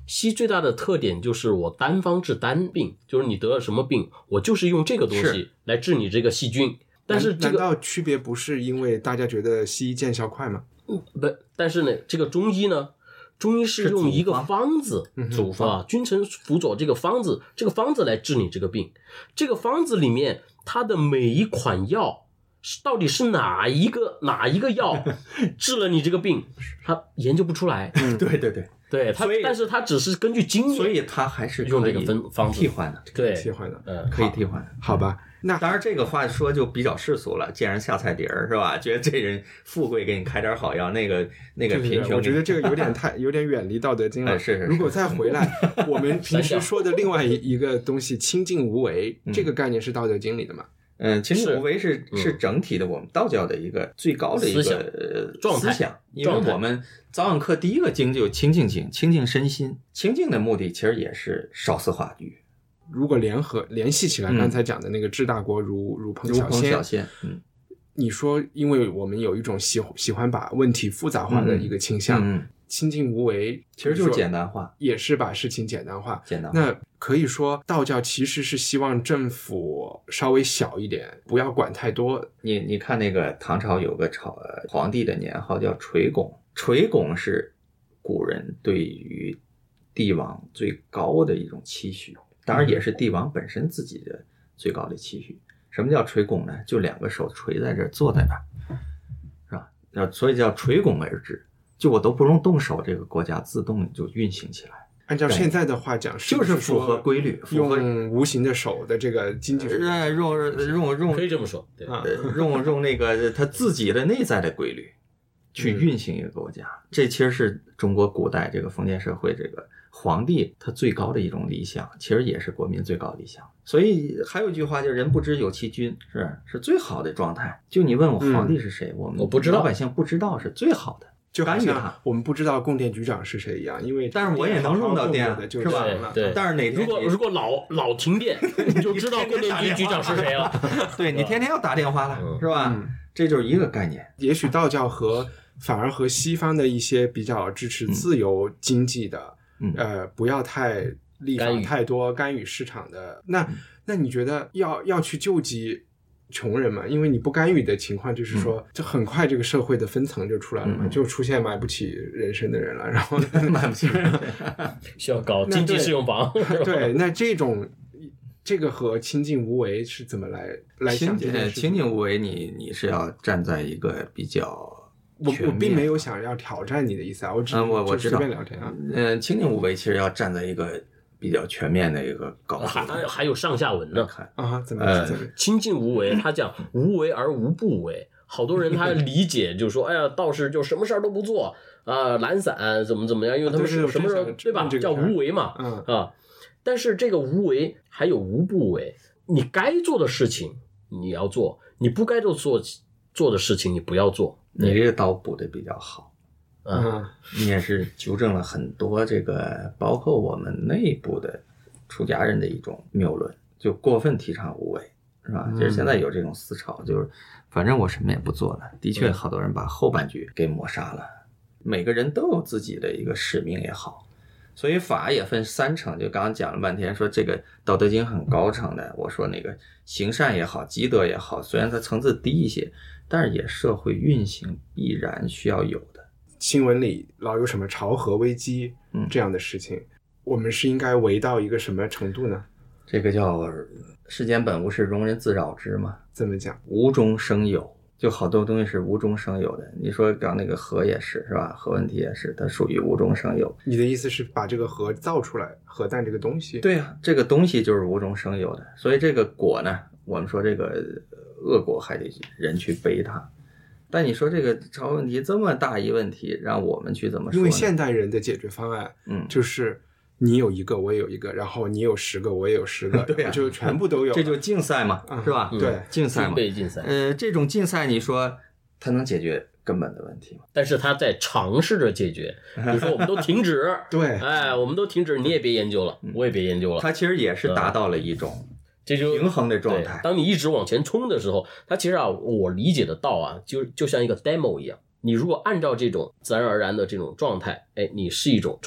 西医最大的特点就是我单方治单病，就是你得了什么病，我就是用这个东西来治你这个细菌。但是这个难道区别不是因为大家觉得西医见效快吗？ 不，但是呢，这个中医呢，中医是用一个方子， 组方君臣辅佐这个方子，来治你这个病。这个方子里面，它的每一款药到底是哪一个药治了你这个病，他研究不出来。 对， 但是他只是根据经验， 所以他还是用这个方子替换的， 对， 替换的， 可以替换的， 好吧？那当然，这个话说就比较世俗了，见人下菜碟儿是吧？觉得这人富贵，给你开点好药，那个贫穷， 我觉得这个有点远离道德经了。 是。 如果再回来，我们平时说的另外一个东西，清净无为，这个概念是道德经里的嘛？ 清净无为是整体的我们道教的一个最高的一个思想，因为我们早晚课第一个经就清净经，清净身心。清净的目的其实也是少私化欲。 如果联系起来，刚才讲的那个治大国如烹小鲜，你说，因为我们有一种喜欢把问题复杂化的一个倾向，清净无为其实就是简单化， 也是把事情简单化。那可以说，道教其实是希望政府稍微小一点，不要管太多。 你看那个唐朝有个皇帝的年号叫垂拱，垂拱是古人对于帝王最高的一种期许。当然也是帝王本身自己的最高的期许。什么叫垂拱呢？就两个手垂在这儿，坐在那儿，是吧？所以叫垂拱而治，就我都不用动手，这个国家自动就运行起来。 按照现在的话讲， 就是符合规律， 用无形的手的这个经济， 用可以这么说，对， 用那个他自己的内在的规律去运行一个国家。这其实是中国古代这个封建社会这个皇帝他最高的一种理想，其实也是国民最高的理想。所以还有一句话叫人不知有其君，是最好的状态。就你问我皇帝是谁，我不知道， 老百姓不知道是最好的。 就好像我们不知道供电局长是谁一样，因为但是我也能用到电，是吧？ 对。 但是哪天如果老停电，你就知道供电局局长是谁了。 对，你天天要打电话了，是吧？这就是一个概念。 也许道教反而和西方的一些比较支持自由经济的，不要太立法太多干预市场的。那你觉得要去救济穷人嘛？因为你不干预的情况，就是说，就很快这个社会的分层就出来了嘛，就出现买不起人参的人了，然后买不起人需要搞经济适用房。 对，那这个和清净无为是怎么来想这件事情？ 清净无为，你是要站在一个比较。 我并没有想要挑战你的意思啊，我知道，随便聊天啊。 清净无为其实要站在一个比较全面的一个高度， 还有上下文呢。 怎么清净无为，他讲无为而无不为。好多人他理解就是说，哎呀，道士就什么事儿都不做懒散怎么样，因为他们是什么事儿对吧？叫无为嘛，但是这个无为还有无不为，你该做的事情你要做，你不该做的事情你不要做。 你这个刀补的比较好，你也是纠正了很多这个包括我们内部的出家人的一种谬论，就过分提倡无为，是吧？就是现在有这种思潮，就是反正我什么也不做了。的确，好多人把后半句给抹杀了。每个人都有自己的一个使命也好，所以法也分三层，就刚刚讲了半天，说这个《道德经》很高层的，我说那个行善也好，积德也好，虽然它层次低一些，但是也社会运行必然需要有的。 新闻里老有什么朝核危机这样的事情，我们是应该为到一个什么程度呢？ 这个叫世间本无事，庸人自扰之嘛。 怎么讲？ 无中生有，就好多东西是无中生有的。你说刚那个核也是吧？核问题也是，它属于无中生有。 你的意思是把这个核造出来，核弹这个东西？ 对啊，这个东西就是无中生有的，所以这个果呢，我们说这个恶果还得人去背它。但你说这个朝问题这么大一问题，让我们去怎么说呢？ 因为现代人的解决方案，就是你有一个我也有一个，然后你有10个我也有10个， 对啊， 就全部都有， 这就竞赛嘛，是吧？ 对， 竞赛嘛， 竞赛。 这种竞赛，你说它能解决根本的问题吗？ 但是它在尝试着解决。比如说，我们都停止， 对， 我们都停止，你也别研究了，我也别研究了。 它其实也是达到了一种这就平衡的状态。 当你一直往前冲的时候，它其实我理解的道就像一个 demo 一样。你如果按照这种自然而然的这种状态，你是一种状态，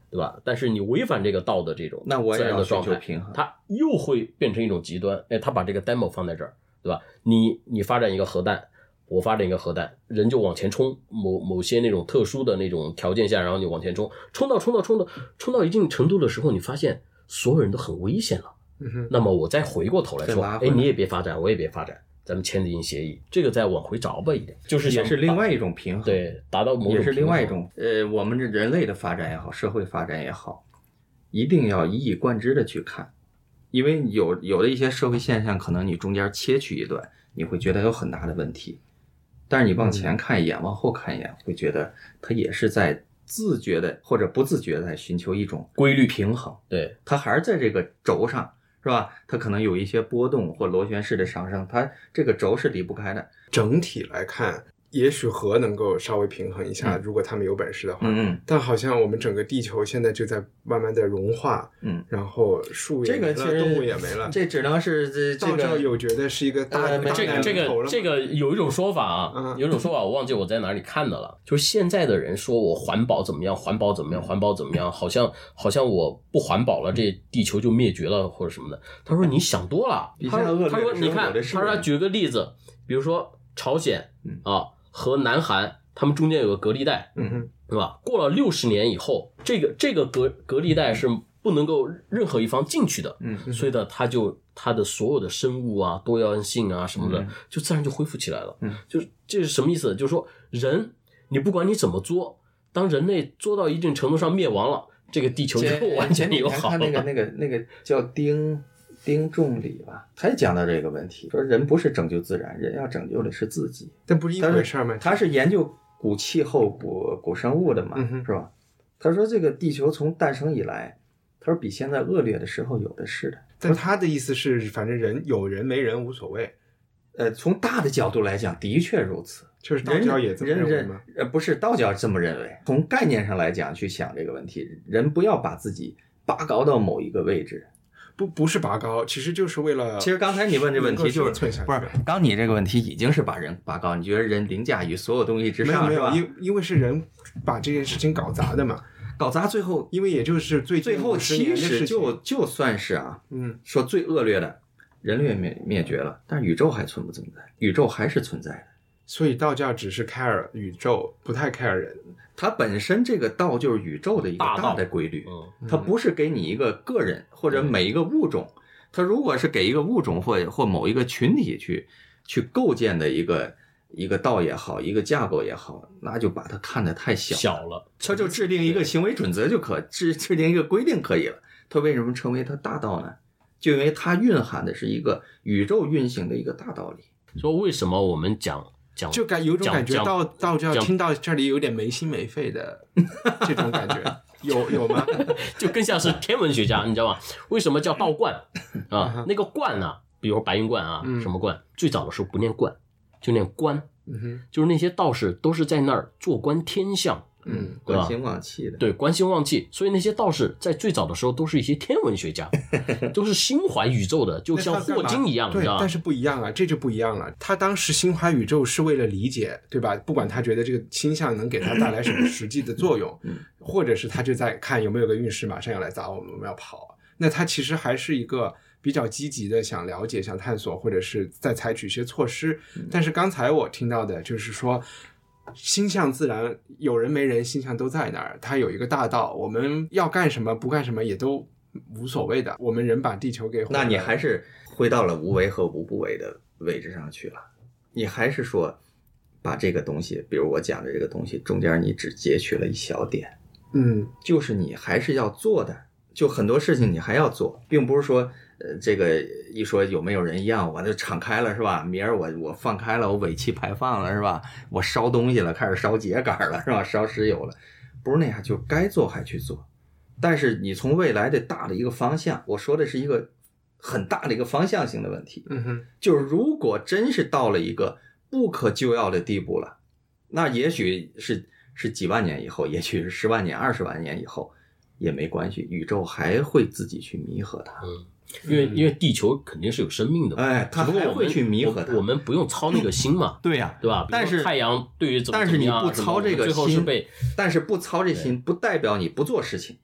对吧？但是你违反这个道的这种那我自也要寻然的状态， 求平衡。 它又会变成一种极端。哎，他把这个 demo 放在这儿，对吧？你发展一个核弹，我发展一个核弹，人就往前冲，某些那种特殊的那种条件下，然后你往前冲，冲到一定程度的时候，你发现所有人都很危险了。那么我再回过头来说，哎，你也别发展，我也别发展，咱们签订协议，这个再往回找吧一点，就是也是另外一种平衡， 对，达到某种也是另外一平种我们这人类的发展也好，社会发展也好，一定要一以贯之的去看，因为有的一些社会现象，可能你中间切去一段，你会觉得有很大的问题，但是你往前看一眼，往后看一眼，会觉得它也是在自觉的或者不自觉的在寻求一种规律平衡， 对， 它还是在这个轴上。是吧？它可能有一些波动或螺旋式的上升，它这个轴是离不开的。 整体来看，也许核能够稍微平衡一下，如果他们有本事的话。但好像我们整个地球现在就在慢慢的融化，然后树也没了，动物也没了。 这只能是道教有觉得是一个大这个有一种说法啊，有一种说法我忘记我在哪里看的了，就是现在的人说我环保怎么样，环保怎么样，环保怎么样，好像我不环保了，这地球就灭绝了或者什么的。他说你想多了，他说你看，他说他举个例子，比如说朝鲜啊和南韩，他们中间有个隔离带，对吧？过了60年以后，这个隔离带是不能够任何一方进去的，所以呢，它的所有的生物啊、多样性啊什么的，就自然就恢复起来了。就这是什么意思？就是说人，你不管你怎么作，当人类作到一定程度上灭亡了，这个地球就完全友好了。 那个叫丁仲礼吧，他也讲到这个问题，说人不是拯救自然，人要拯救的是自己。 但不是一回事吗？ 他是研究古气候、古生物的嘛，是吧？他说这个地球从诞生以来，他说比现在恶劣的时候有的是的。 但他的意思是，反正人有人没人无所谓。 从大的角度来讲，的确如此。 就是道教也这么认为吗？ 不是，道教这么认为。从概念上来讲，去想这个问题，人不要把自己拔高到某一个位置。 不是拔高，其实就是为了。 其实刚才你问这问题就是不是刚你这个问题已经是把人拔高，你觉得人凌驾于所有东西之上， 没有，因为是人把这件事情搞砸的嘛， 搞砸最后， 因为也就是最后其实就算是啊，说最恶劣的，人类灭绝了，但是宇宙还存不存在？宇宙还是存在的。 所以道教只是 care 宇宙，不太 care 人。 它本身这个道就是宇宙的一个大的规律，它不是给你一个个人或者每一个物种，它如果是给一个物种或某一个群体去构建的一个道也好，一个架构也好，那就把它看得太小了。它就制定一个行为准则就可制定一个规定可以了。它为什么称为它大道呢？就因为它蕴含的是一个宇宙运行的一个大道理。 说为什么我们讲就有种感觉道教听到这里有点没心没肺的这种感觉，有吗？ 就更像是天文学家，你知道吗？为什么叫道观啊？那个观啊，比如白云观啊，什么观？最早的时候不念观，就念观，就是那些道士都是在那儿做观天象。 观星望气的， 对，观星望气，所以那些道士在最早的时候都是一些天文学家，都是心怀宇宙的，就像霍金一样， 对，但是不一样啊，这就不一样了。他当时心怀宇宙是为了理解，对吧？不管他觉得这个星象能给他带来什么实际的作用，或者是他就在看有没有个运势马上要来砸我们要跑，那他其实还是一个比较积极的想了解、想探索，或者是在采取一些措施。但是刚才我听到的就是说，星象自然有人没人，星象都在那儿，它有一个大道，我们要干什么不干什么也都无所谓的，我们人把地球给毁了。 那你还是回到了无为和无不为的位置上去了，你还是说把这个东西，比如我讲的这个东西中间你只截取了一小点，就是你还是要做的，就很多事情你还要做，并不是说这个一说有没有人一样我就敞开了是吧？明儿我放开了，我尾气排放了是吧？我烧东西了，开始烧秸秆了是吧？烧石油了，不是那样，就该做还去做。但是你从未来的大的一个方向，我说的是一个很大的一个方向性的问题，就是如果真是到了一个不可救药的地步了，那也许是几万年以后，也许是10万年、20万年以后也没关系，宇宙还会自己去弥合它。 因为地球肯定是有生命的嘛， 它还会去弥合它。 我们不用操那个心嘛， 对呀， 对吧？ 但是太阳对于怎么样， 但是你不操这个心， 最后是被， 但是不操这心不代表你不做事情。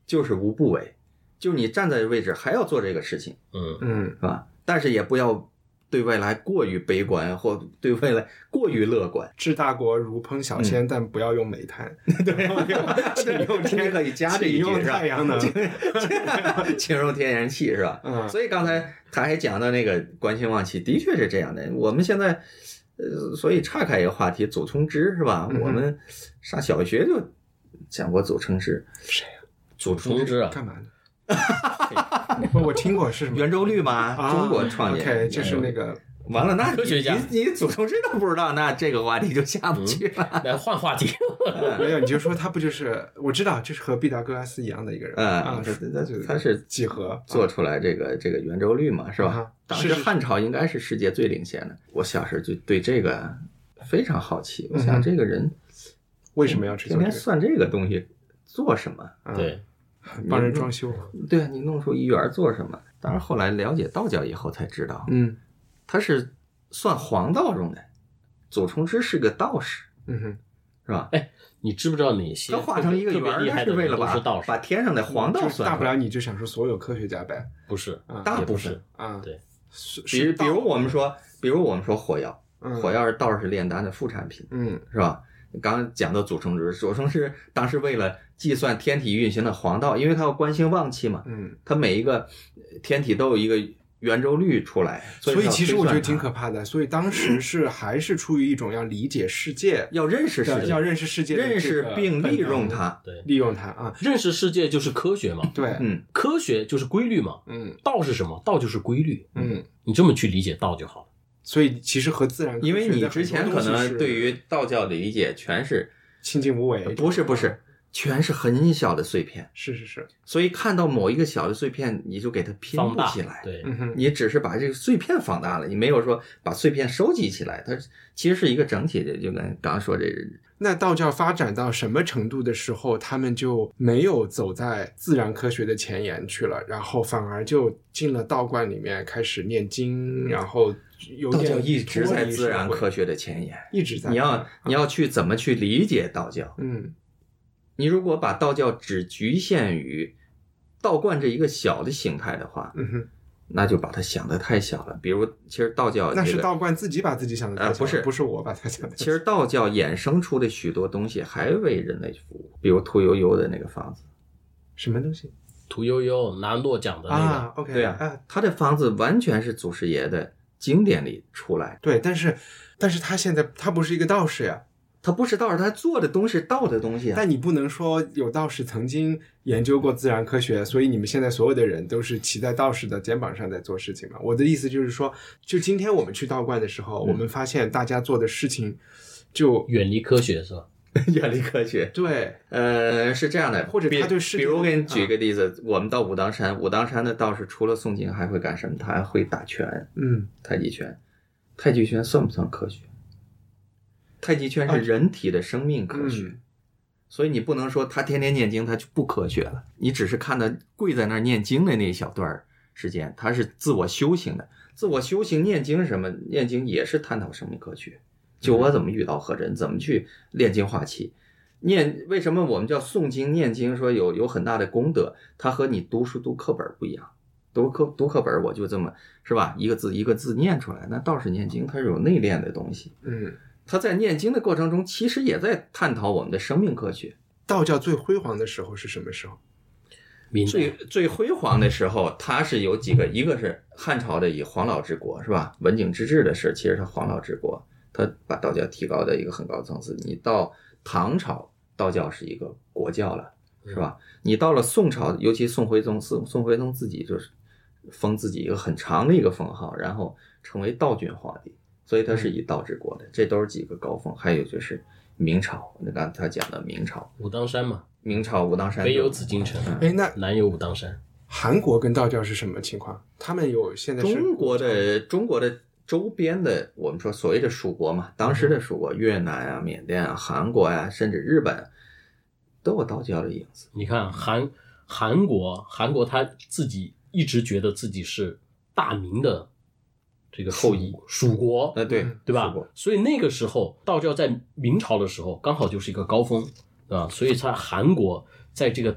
就是无不为，就是你站在位置还要做这个事情，是吧？但是也不要对未来过于悲观，或对未来过于乐观。 治大国如烹小鲜，但不要用煤炭。 对，请用天可以加这一句是吧？ 太阳能， 请用天然气是吧？所以刚才他还讲到那个观星望气，的确是这样的。我们现在，所以岔开一个话题，祖冲之是吧？我们上小学就讲过祖冲之， 谁呀？ 祖冲之啊， 干嘛呢？我听过是什么圆周率嘛，中国创建。 OK， 就是那个。 完了，那科学家你祖冲之都不知道，那这个话题就下不去了。 来换话题。 没有，你就说他不就是我知道，就是和毕达哥拉斯一样的一个人他是几何做出来这个圆周率嘛，是吧？当时汉朝应该是世界最领先的。我小时候就对这个非常好奇，我想这个人为什么要去做天天算这个东西做什么？ 对， 帮人装修。 对啊，你弄出一元做什么？当然后来了解道教以后才知道，他是算黄道中的，祖冲之是个道士，是吧？ 哎，你知不知道哪些他画成一个圆， 他是为了把天上的黄道算。 大不了你就想说所有科学家呗？ 不是， 大部分对。 比如我们说火药，火药是道士炼丹的副产品，是吧？刚刚讲到祖冲之当时为了计算天体运行的黄道，因为他要观星望气嘛，他每一个天体都有一个圆周率出来， 所以其实我觉得挺可怕的。所以当时还是出于一种要理解世界、 要认识世界、 要认识世界、 认识并利用它， 对， 利用它啊！ 认识世界就是科学嘛， 对， 科学就是规律嘛，道是什么？道就是规律，你这么去理解道就好了。 所以其实和自然科学， 因为你之前可能对于道教的理解全是清净无为， 不是。全是很小的碎片， 是， 所以看到某一个小的碎片，你就给它拼不起来。 对， 你只是把这个碎片放大了，你没有说把碎片收集起来，它其实是一个整体的。就跟刚刚说这个， 那道教发展到什么程度的时候，他们就没有走在自然科学的前沿去了，然后反而就进了道观里面开始念经，然后道教一直在自然科学的前沿， 一直在。 你要去怎么去理解道教？你如果把道教只局限于道观这一个小的形态的话，那就把它想得太小了。比如，其实道教那是道观自己把自己想得太小，不是我把它想得太小。 其实道教衍生出的许多东西还为人类服务，比如屠呦呦的那个方子。 什么东西？ 屠呦呦拿诺奖的那个。 OK， 对啊，他的方子完全是祖师爷的经典里出来。 对，但是他现在他不是一个道士呀。 他不是道士，他做的东西是道的东西啊。 但你不能说有道士曾经研究过自然科学，所以你们现在所有的人都是骑在道士的肩膀上在做事情嘛？我的意思就是说，就今天我们去道观的时候，我们发现大家做的事情就远离科学，是吧？ 远离科学， 对， 是这样的。 或者他对世界， 比如我给你举个例子，我们到武当山，武当山的道士除了诵经还会干什么？他还会打拳，太极拳。太极拳算不算科学？太极拳是人体的生命科学，所以你不能说他天天念经他就不科学了。你只是看他跪在那儿念经的那一小段时间，他是自我修行的。自我修行念经什么？念经也是探讨生命科学。就我怎么遇到合真，怎么去炼精化气。为什么我们叫诵经念经说有很大的功德？它和你读书读课本不一样。读课本我就这么是吧，一个字一个字念出来。那道士念经它是有内敛的东西。他在念经的过程中，其实也在探讨我们的生命科学。 道教最辉煌的时候是什么时候？ 最辉煌的时候，它是有几个，一个是汉朝的以黄老治国，是吧？文景之治的事，其实是黄老治国，他把道教提高到一个很高的层次。你到唐朝，道教是一个国教了，是吧？你到了宋朝，尤其宋徽宗自己就是封自己一个很长的一个封号，然后成为道君皇帝。所以他是以道治国的，这都是几个高峰。还有就是明朝，刚才他讲的明朝武当山嘛， 明朝武当山北有紫禁城， 那南有武当山。 韩国跟道教是什么情况？他们有现在是中国的周边的，我们说所谓的属国嘛，当时的属国，越南啊、缅甸啊、韩国啊，甚至日本都有道教的影子。 你看韩国他自己一直觉得自己是大明的这个后裔蜀国，对吧？所以那个时候道教在明朝的时候刚好就是一个高峰，对吧？所以在韩国在这个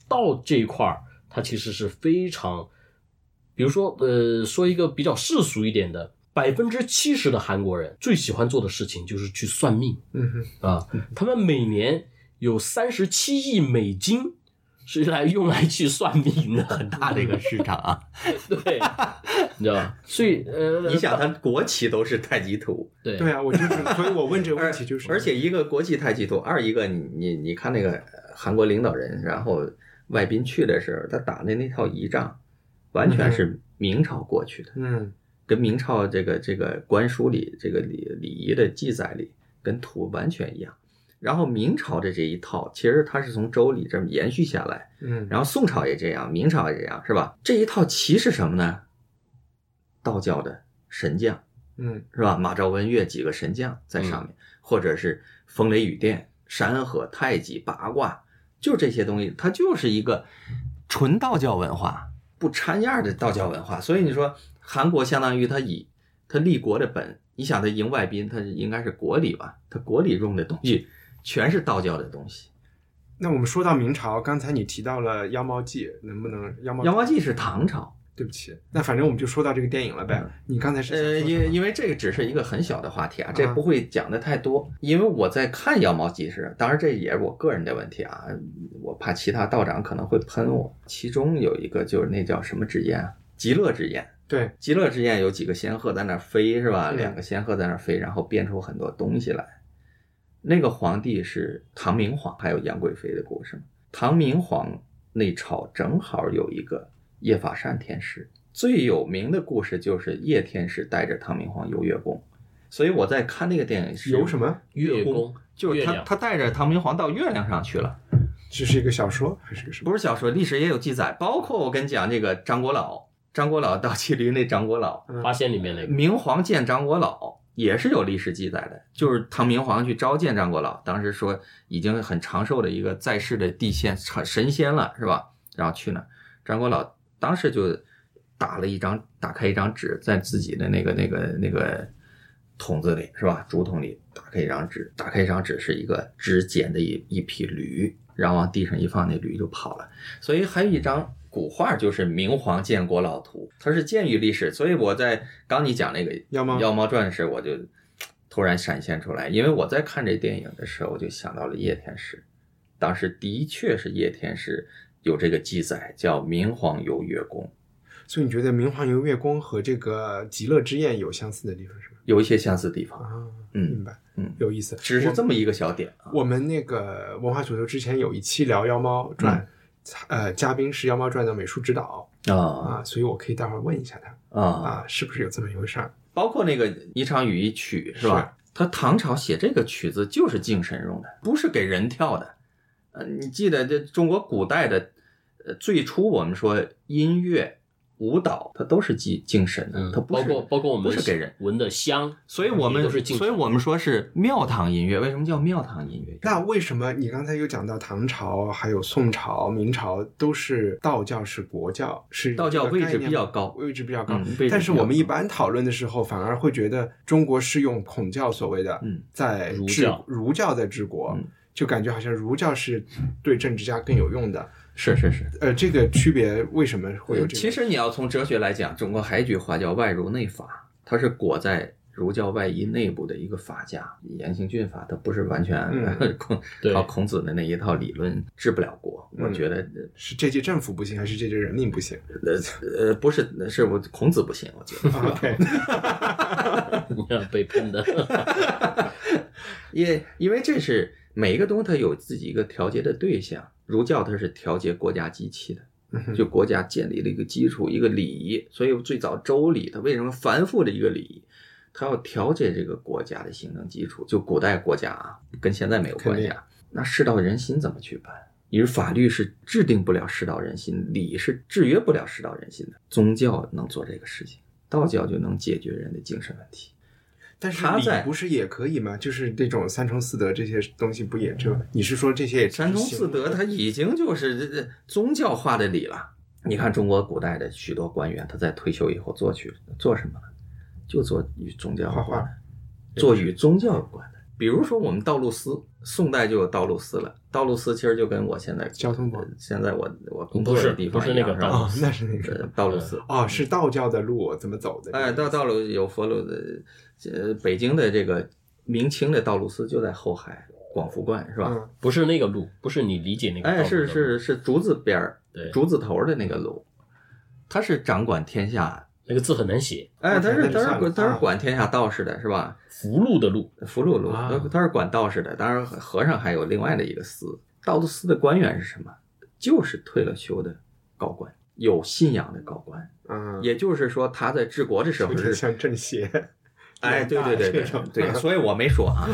道这一块儿，它其实是非常，比如说说一个比较世俗一点的，70%的韩国人最喜欢做的事情就是去算命。他们每年有37亿美金是用来去算命的， 很大的一个市场啊。 对，你知道吧？所以你想，他国旗都是太极图。 对啊，所以我问这个问题就是， 而且一个国旗太极图，二一个你看那个韩国领导人，然后外宾去的时候，他打的那套仪仗，完全是明朝过去的，跟明朝这个官书里这个礼仪的记载里跟图完全一样。然后明朝的这一套，其实它是从周礼这么延续下来，然后宋朝也这样，明朝也这样，是吧？这一套旗是什么呢？道教的神将，是吧？马昭文岳几个神将在上面，或者是风雷雨电、山河、太极、八卦，就这些东西，它就是一个纯道教文化，不掺样的道教文化。所以你说韩国相当于它以它立国的本，你想它迎外宾，它应该是国礼吧？它国礼用的东西全是道教的东西。 那我们说到明朝，刚才你提到了妖猫记，能不能妖猫记是唐朝？ 对不起，那反正我们就说到这个电影了呗。你刚才是因为这个只是一个很小的话题啊，这不会讲的太多。因为我在看妖猫记时，当然这也是我个人的问题啊，我怕其他道长可能会喷我。其中有一个就是那叫什么之宴，极乐之宴。 对， 极乐之宴有几个仙鹤在那飞，是吧？2个仙鹤在那飞，然后变出很多东西来。那个皇帝是唐明皇，还有杨贵妃的故事。唐明皇那朝正好有一个叶法善天师，最有名的故事就是叶天师带着唐明皇游月宫。所以我在看那个电影是游什么月宫， 就是他带着唐明皇到月亮上去了。 这是一个小说还是个什么？ 不是小说，历史也有记载，包括我跟你讲这个张国老到麒麟那张国老， 八仙里面那个明皇见张国老也是有历史记载的，就是唐明皇去召见张国老，当时说已经很长寿的一个在世的地仙神仙了，是吧？然后去呢，张国老当时就打开一张纸，在自己的那个桶子里，是吧？竹筒里打开一张纸是一个纸剪的一匹驴，然后往地上一放，那驴就跑了。所以还有一张古画，就是明皇见国老图，它是鉴于历史。所以我在刚你讲那个妖猫传时，我就突然闪现出来，因为我在看这电影的时候，我就想到了叶天师。当时的确是叶天师有这个记载，叫明皇游月宫。 所以你觉得明皇游月宫和这个极乐之宴有相似的地方是吗？ 有一些相似地方啊， 明白，有意思， 只是这么一个小点啊。 我们那个文化土豆之前有一期聊妖猫传，嘉宾是妖猫传的美术指导所以我可以待会儿问一下他是不是有这么一回事儿？ 包括那个一场雨一曲是吧？他唐朝写这个曲子就是敬神用的，不是给人跳的。你记得这中国古代的最初我们说音乐舞蹈它都是敬神的，它不是包括我们不是给人闻的香， 所以我们说是庙堂音乐。为什么叫庙堂音乐？ 那为什么你刚才有讲到唐朝还有宋朝明朝都是道教是国教，是道教位置比较高， 但是我们一般讨论的时候反而会觉得中国是用孔教所谓的在儒教在治国，就感觉好像儒教是对政治家更有用的。 是这个区别为什么会有这个？ 其实你要从哲学来讲，中国还有一句话叫外儒内法，它是裹在儒教外衣内部的一个法家，严刑峻法，它不是完全靠孔子的那一套理论治不了国。我觉得是这届政府不行，还是这届人民不行？ 不是，是我孔子不行，我觉得。 OK， 你要被喷的。 因为这是每一个东西它有自己一个调节的对象。儒教它是调节国家机器的，就国家建立了一个基础，一个礼仪。所以最早周礼它为什么繁复的一个礼仪，它要调节这个国家的行政基础。就古代国家啊，跟现在没有关系啊。那世道人心怎么去办？因为法律是制定不了世道人心，礼是制约不了世道人心的。宗教能做这个事情，道教就能解决人的精神问题。 但是礼不是也可以吗？就是这种三从四德这些东西不也就你是说这些也三从四德它已经就是宗教化的礼了。你看中国古代的许多官员，他在退休以后做什么呢？就做与宗教有关的，做与宗教有关的。 比如说我们道路司，宋代就有道路司了。道路司其实就跟我现在交通部， 现在我工作的地方不是那个道路司，那是那个道路司是道教的路怎么走的？ 哎，道路有佛路的，北京的这个明清的道路司就在后海广福观是吧？ 不是那个路，不是你理解那个道路的路。 是竹字边儿，竹字头的那个路，它是掌管天下。 那个字很难写， 他是管天下道士的是吧？ 福禄的禄， 福禄禄，他是管道士的。当然，和尚还有另外的一个司。道路司的官员是什么？就是退了休的高官，有信仰的高官。也就是说，他在治国的时候是像政协。 哎，对，所以我没说啊。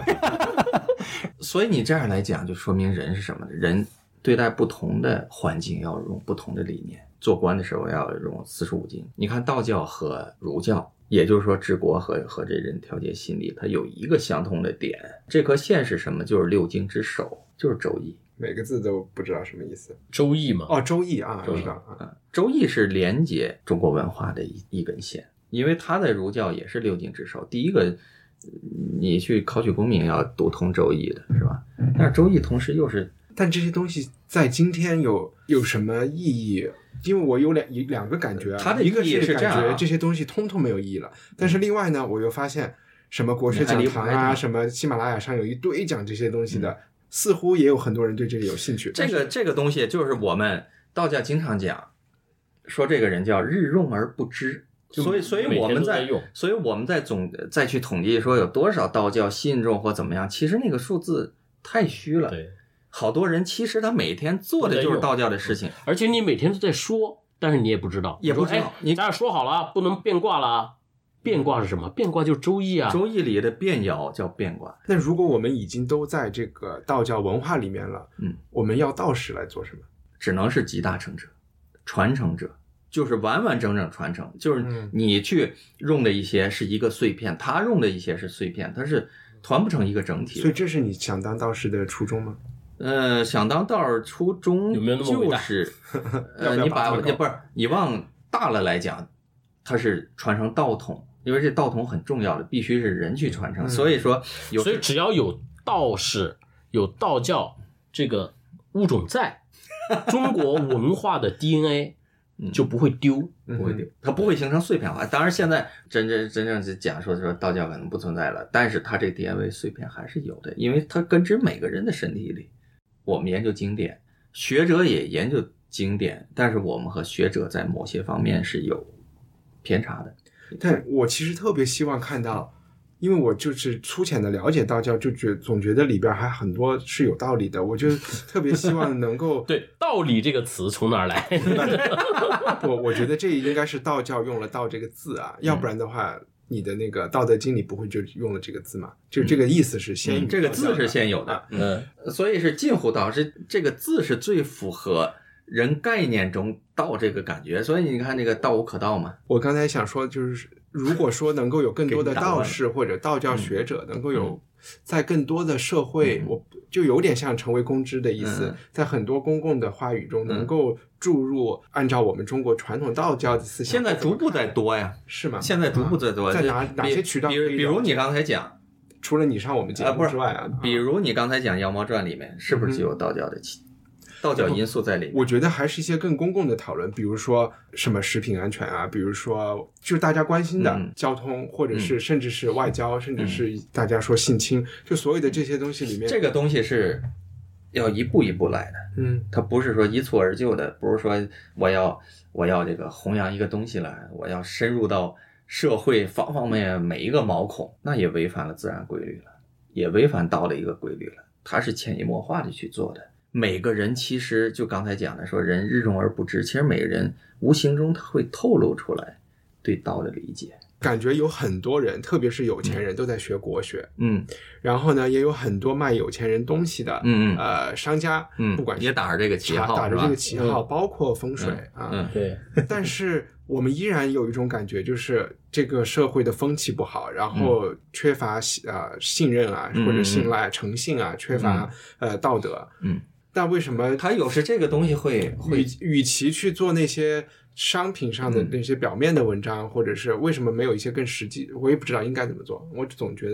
所以你这样来讲，就说明人是什么呢？人对待不同的环境要用不同的理念。做官的时候要用45经。你看道教和儒教，也就是说治国和这人调节心理，它有一个相通的点。这颗线是什么？就是6经之首，就是周易。 每个字都不知道什么意思。 周易嘛？ 周易啊，知道啊。 周易是连接中国文化的一根线，因为它在儒教也是6经之首。第一个，你去考取功名要读通周易的是吧？但是周易同时又是， 但这些东西在今天有什么意义？因为我有两个感觉啊， 它的意义是感觉这些东西通通没有意义了。但是另外呢，我又发现什么国学讲堂啊，什么喜马拉雅上有一堆讲这些东西的，似乎也有很多人对这个有兴趣。 这个东西就是我们道教经常讲，说这个人叫日用而不知。所以我们再去统计说有多少道教信众或怎么样，其实那个数字太虚了。 对。 好多人其实他每天做的就是道教的事情， 而且你每天都在说，但是你也不知道，你咱俩说好了不能变卦了，变卦是什么？变卦就是周易啊， 周易里的变爻叫变卦。 那如果我们已经都在这个道教文化里面了，我们要道士来做什么？ 只能是集大成者，传承者，就是完完整整传承，就是你去用的一些是一个碎片，他用的一些是碎片，它是团不成一个整体。 所以这是你想当道士的初衷吗？ 想当道儿初衷有没有那么伟大？ 就是你往大了来讲，它是传承道统，因为这道统很重要的，必须是人去传承。所以说所以只要有道士，有道教这个物种在，中国文化的 DNA 就不会丢， 不会丢，它不会形成碎片化。当然，现在真正是讲说道教可能不存在了，但是它这 DNA 碎片还是有的，因为它根植每个人的身体里。我们研究经典，学者也研究经典，但是我们和学者在某些方面是有偏差的。 但我其实特别希望看到，因为我就是粗浅的了解道教，总觉得里边还很多是有道理的，我就特别希望能够对道理这个词从哪儿来？ 我觉得这应该是道教用了道这个字啊，要不然的话你的那个道德经里不会就用了这个字嘛？就这个意思是先这个字是先有的，所以是近乎道，是这个字是最符合人概念中道这个感觉，所以你看那个道无可道嘛。 我刚才想说，就是如果说能够有更多的道士或者道教学者能够有在更多的社会，我就有点像成为公知的意思，在很多公共的话语中能够注入按照我们中国传统道教的思想。 现在逐步在多呀， 是吗？ 现在逐步在多， 在哪些渠道？ 比如你刚才讲， 除了你上我们节目之外啊， 比如你刚才讲《妖猫传》里面是不是就有道教的道教因素在里面？ 我觉得还是一些更公共的讨论，比如说什么食品安全啊，比如说就是大家关心的交通，或者是甚至是外交，甚至是大家说性侵，就所有的这些东西里面， 这个东西是要一步一步来的，它不是说一蹴而就的，不是说我要这个弘扬一个东西来，我要深入到社会方方面面每一个毛孔，那也违反了自然规律了，也违反道的一个规律了，它是潜移默化的去做的。每个人其实就刚才讲的说人日用而不知，其实每个人无形中他会透露出来对道的理解。 感觉有很多人特别是有钱人都在学国学，然后呢也有很多卖有钱人东西的商家，不管是也打着这个旗号， 打着这个旗号，包括风水对。 但是我们依然有一种感觉，就是这个社会的风气不好，然后缺乏信任啊，或者信赖、诚信啊，缺乏道德，但为什么他有时这个东西会与其去做那些商品上的那些表面的文章，或者是为什么没有一些更实际？我也不知道应该怎么做。我总觉得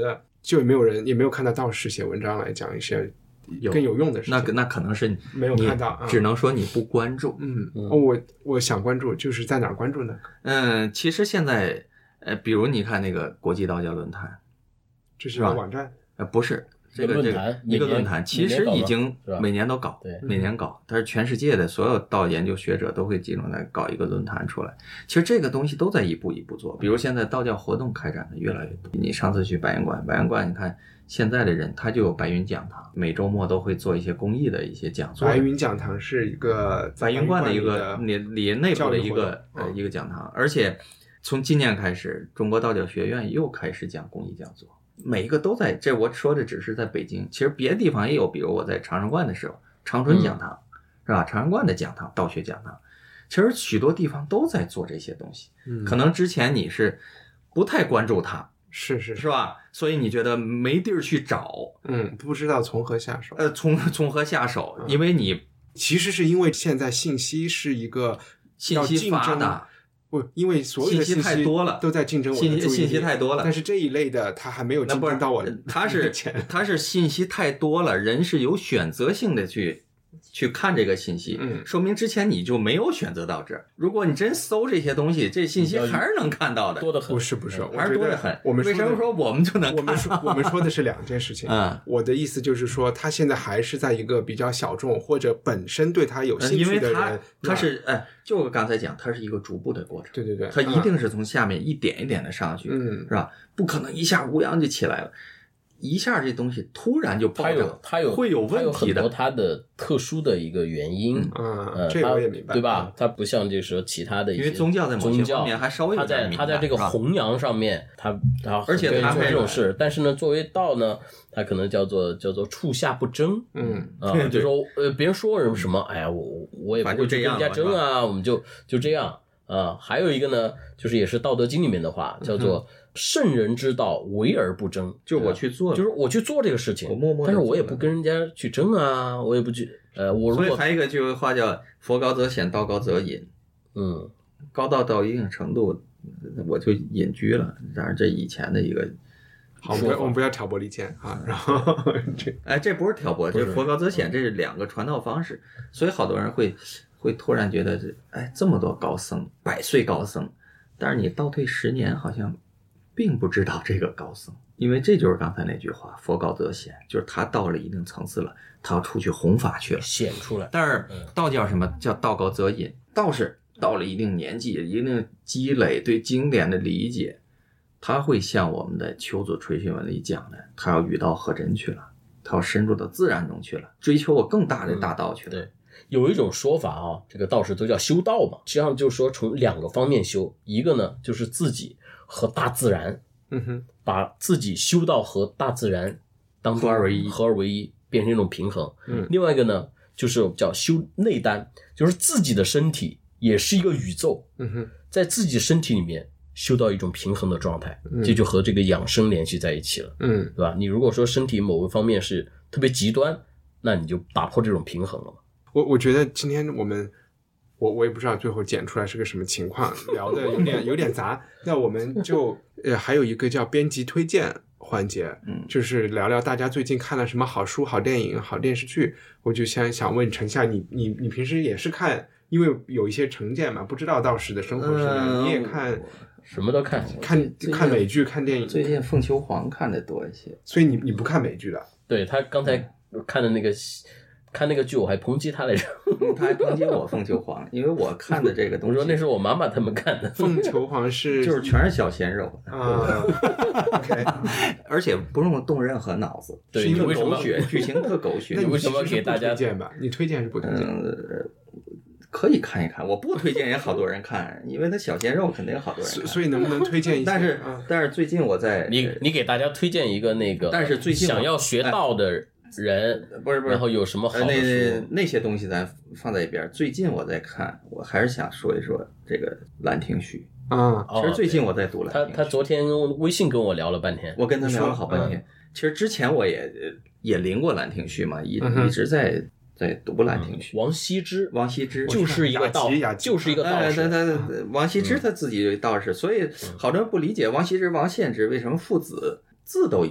就也没有看到道士写文章来讲一些更有用的事情。 那可能是没有看到， 只能说你不关注。 我想关注，就是在哪儿关注呢？ 其实现在比如你看那个国际道教论坛， 这是一个网站？ 不是。这个一个论坛其实已经每年都搞，每年搞，但是全世界的所有道研究学者都会集中来搞一个论坛出来。其实这个东西都在一步一步做，比如现在道教活动开展的越来越多。你上次去白云观，你看现在的人他就有白云讲堂，每周末都会做一些公益的一些讲座。 白云讲堂是一个白云观的一个里内部的一个讲堂，而且从今年开始，中国道教学院又开始讲公益讲座。每一个都在，这我说的只是在北京，其实别的地方也有，比如我在长生观的时候，长春讲堂，是吧？长生观的讲堂，道学讲堂，其实许多地方都在做这些东西。可能之前你是不太关注它，是吧？所以你觉得没地儿去找， 不知道从何下手。 从何下手？因为你其实是因为现在信息是一个信息发达。 不，因为所有的信息太多了， 都在竞争我的注意力， 信息太多了。 但是这一类的它还没有竞争到我。 它是信息太多了，人是有选择性的去看这个信息，说明之前你就没有选择到这儿。如果你真搜这些东西，这信息还是能看到的， 多得很。 不是， 还是多得很。 为什么说我们就能看到？ 我们说的是两件事情。我的意思就是说，他现在还是在一个比较小众或者本身对他有兴趣的人， 因为他是就我刚才讲，它是一个逐步的过程。 对， 它一定是从下面一点一点的上去，是吧？不可能一下乌泱就起来了。一下这东西突然就爆炸， 它会有问题的， 很多它的特殊的一个原因， 这个我也明白， 对吧？它不像就是说其他的一些， 因为宗教在某些方面还稍微有点它在这个弘扬上面，它而且它做这种事，但是呢，作为道呢，它可能叫做处下不争，就说别人说什么，哎呀，我也不会去跟人家争啊，我们就这样啊。还有一个呢，就是也是《道德经》里面的话，叫做圣人之道，为而不争。 就我去做， 就是我去做这个事情， 我默默， 但是我也不跟人家去争啊，我也不去我如果。 所以还有一个句话叫“佛高则显，道高则隐”。高到一定程度，我就隐居了。当然，这以前的一个。 好，我们不要挑拨离间啊。然后这不是挑拨，这佛高则显，这是两个传道方式。所以好多人会突然觉得这么多高僧，100岁高僧，但是你倒退10年，好像并不知道这个高僧，因为这就是刚才那句话，佛高则显，就是他到了一定层次了，他要出去弘法去了， 显出来。 但是道教什么叫道高则隐？道士到了一定年纪，一定积累对经典的理解，他会像我们的丘祖垂训文里讲的，他要与道合真去了，他要深入到自然中去了，追求我更大的大道去了。 对，有一种说法啊，这个道士都叫修道嘛，实际上就是说从2个方面修，一个呢就是自己和大自然，把自己修到和大自然当中合而为一，变成一种平衡。另外一个呢就是叫修内丹，就是自己的身体也是一个宇宙，在自己身体里面修到一种平衡的状态，这就和这个养生联系在一起了，对吧？你如果说身体某个方面是特别极端，那你就打破这种平衡了嘛。 我觉得今天我也不知道最后剪出来是个什么情况，聊的有点杂。那我们就还有一个叫编辑推荐环节，就是聊聊大家最近看了什么好书、好电影、好电视剧。我就想问陈夏，你平时也是看？因为有一些成见嘛，不知道道士的生活是怎样，你也看。 什么都看美剧、看电影。 最近凤求凰看的多一些， 所以你不看美剧的？ 对，他刚才看的那个剧，我还抨击他来着。 他还抨击我凤求凰，因为我看的这个东西。 我说那是我妈妈他们看的。 凤求凰就是全是小鲜肉啊。OK， 而且不用动任何脑子， 对， 是一个狗血剧情，特狗血。 你为什么给大家推荐吧？你推荐还是不推荐？ 可以看一看，我不推荐也好多人看，因为他小鲜肉肯定好多人看。 所以能不能推荐一下？ 但是最近我在你给大家推荐一个那个， 但是最近想要学道的人， 不是， 然后有什么好的书？ 那些东西咱放在一边。最近我在看，我还是想说一说这个《兰亭序》啊。其实最近我在读《兰亭序》， 他昨天微信跟我聊了半天， 我跟他聊了好半天。其实之前我也临过《兰亭序》嘛，一直在读《兰亭序》。 王羲之就是一个道士。 王羲之他自己道士，所以好多人不理解王羲之、王献之为什么父子字都一样。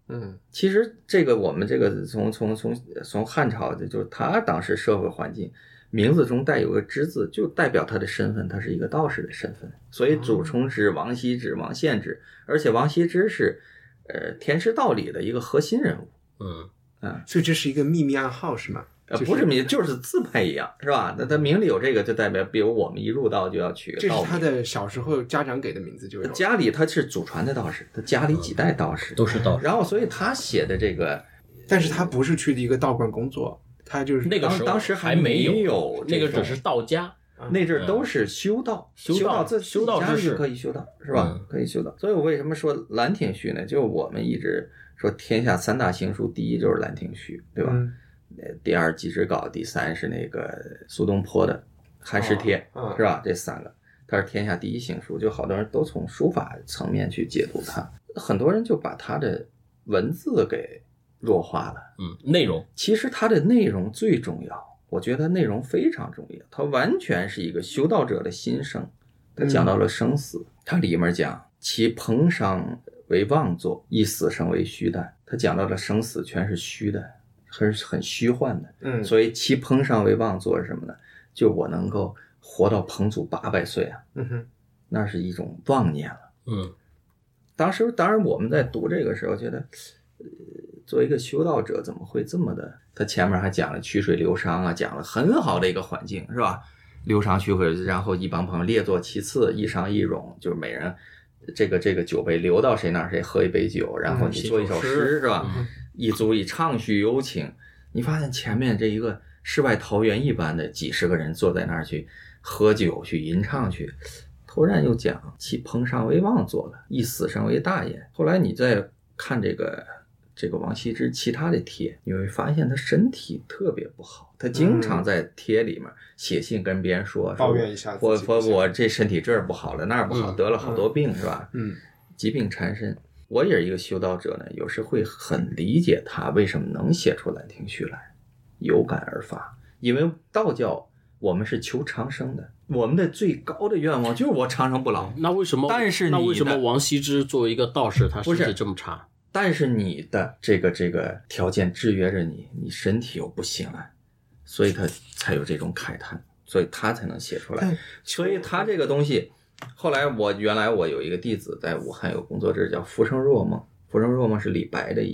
其实这个我们这个从汉朝就是他当时社会环境，名字中带有个之字，就代表他的身份，他是一个道士的身份，所以祖冲之、王羲之、王献之，而且王羲之是天师道里的一个核心人物。 所以这是一个秘密暗号是吗？ 不是名，就是字牌一样，是吧？那他名里有这个，就代表，比如我们一入道就要取个道名。 这是他的小时候家长给的名字就有。 家里他是祖传的道士，他家里几代道士都是道士， 然后所以他写的这个， 但是他不是去的一个道观工作，他就是那个时候当时还没有，那个只是道家。 那阵儿都是修道， 修道之士可以修道，是吧？可以修道。所以我为什么说《兰亭序》呢？就是我们一直说天下三大行书，第一就是《兰亭序》，对吧？第二祭侄稿，第三是那个苏东坡的《汉诗帖》，是吧？这三个它是天下第一行书，就好多人都从书法层面去解读它，很多人就把它的文字给弱化了。 内容其实它的内容最重要。我觉得内容非常重要，它完全是一个修道者的心声。它讲到了生死，它里面讲其彭殇为妄作，亦死生为虚诞。它讲到了生死全是虚的，很虚幻的。所以其彭殇为妄作是什么呢？就我能够活到彭祖800岁啊，那是一种妄念了。当然我们在读这个时候觉得，作为一个修道者怎么会这么的？他前面还讲了曲水流觞啊，讲了很好的一个环境，是吧？流觞曲水，然后一帮朋友列坐其次，一觞一咏，就是每人这个酒杯流到谁那儿谁喝一杯酒，然后你做一首诗，是吧？一足以畅叙幽情。你发现前面这一个世外桃源一般的几十个人坐在那儿去喝酒去吟唱去，突然又讲其彭殇为妄作了，亦死生为大焉。后来你再看这个王羲之其他的帖，你会发现他身体特别不好，他经常在帖里面写信跟别人说抱怨一下我这身体这儿不好了那儿不好，得了好多病，是吧？疾病缠身。我也是一个修道者呢，有时会很理解他为什么能写出《兰亭序》来，有感而发。因为道教我们是求长生的，我们的最高的愿望就是我长生不老。 那为什么王羲之作为一个道士，他身体这么差？ 但是你的这个条件制约着你，你身体又不行了，所以他才有这种慨叹，所以他才能写出来。所以他这个东西，后来原来我有一个弟子在武汉有工作证叫《浮生若梦》，《浮生若梦》是李白的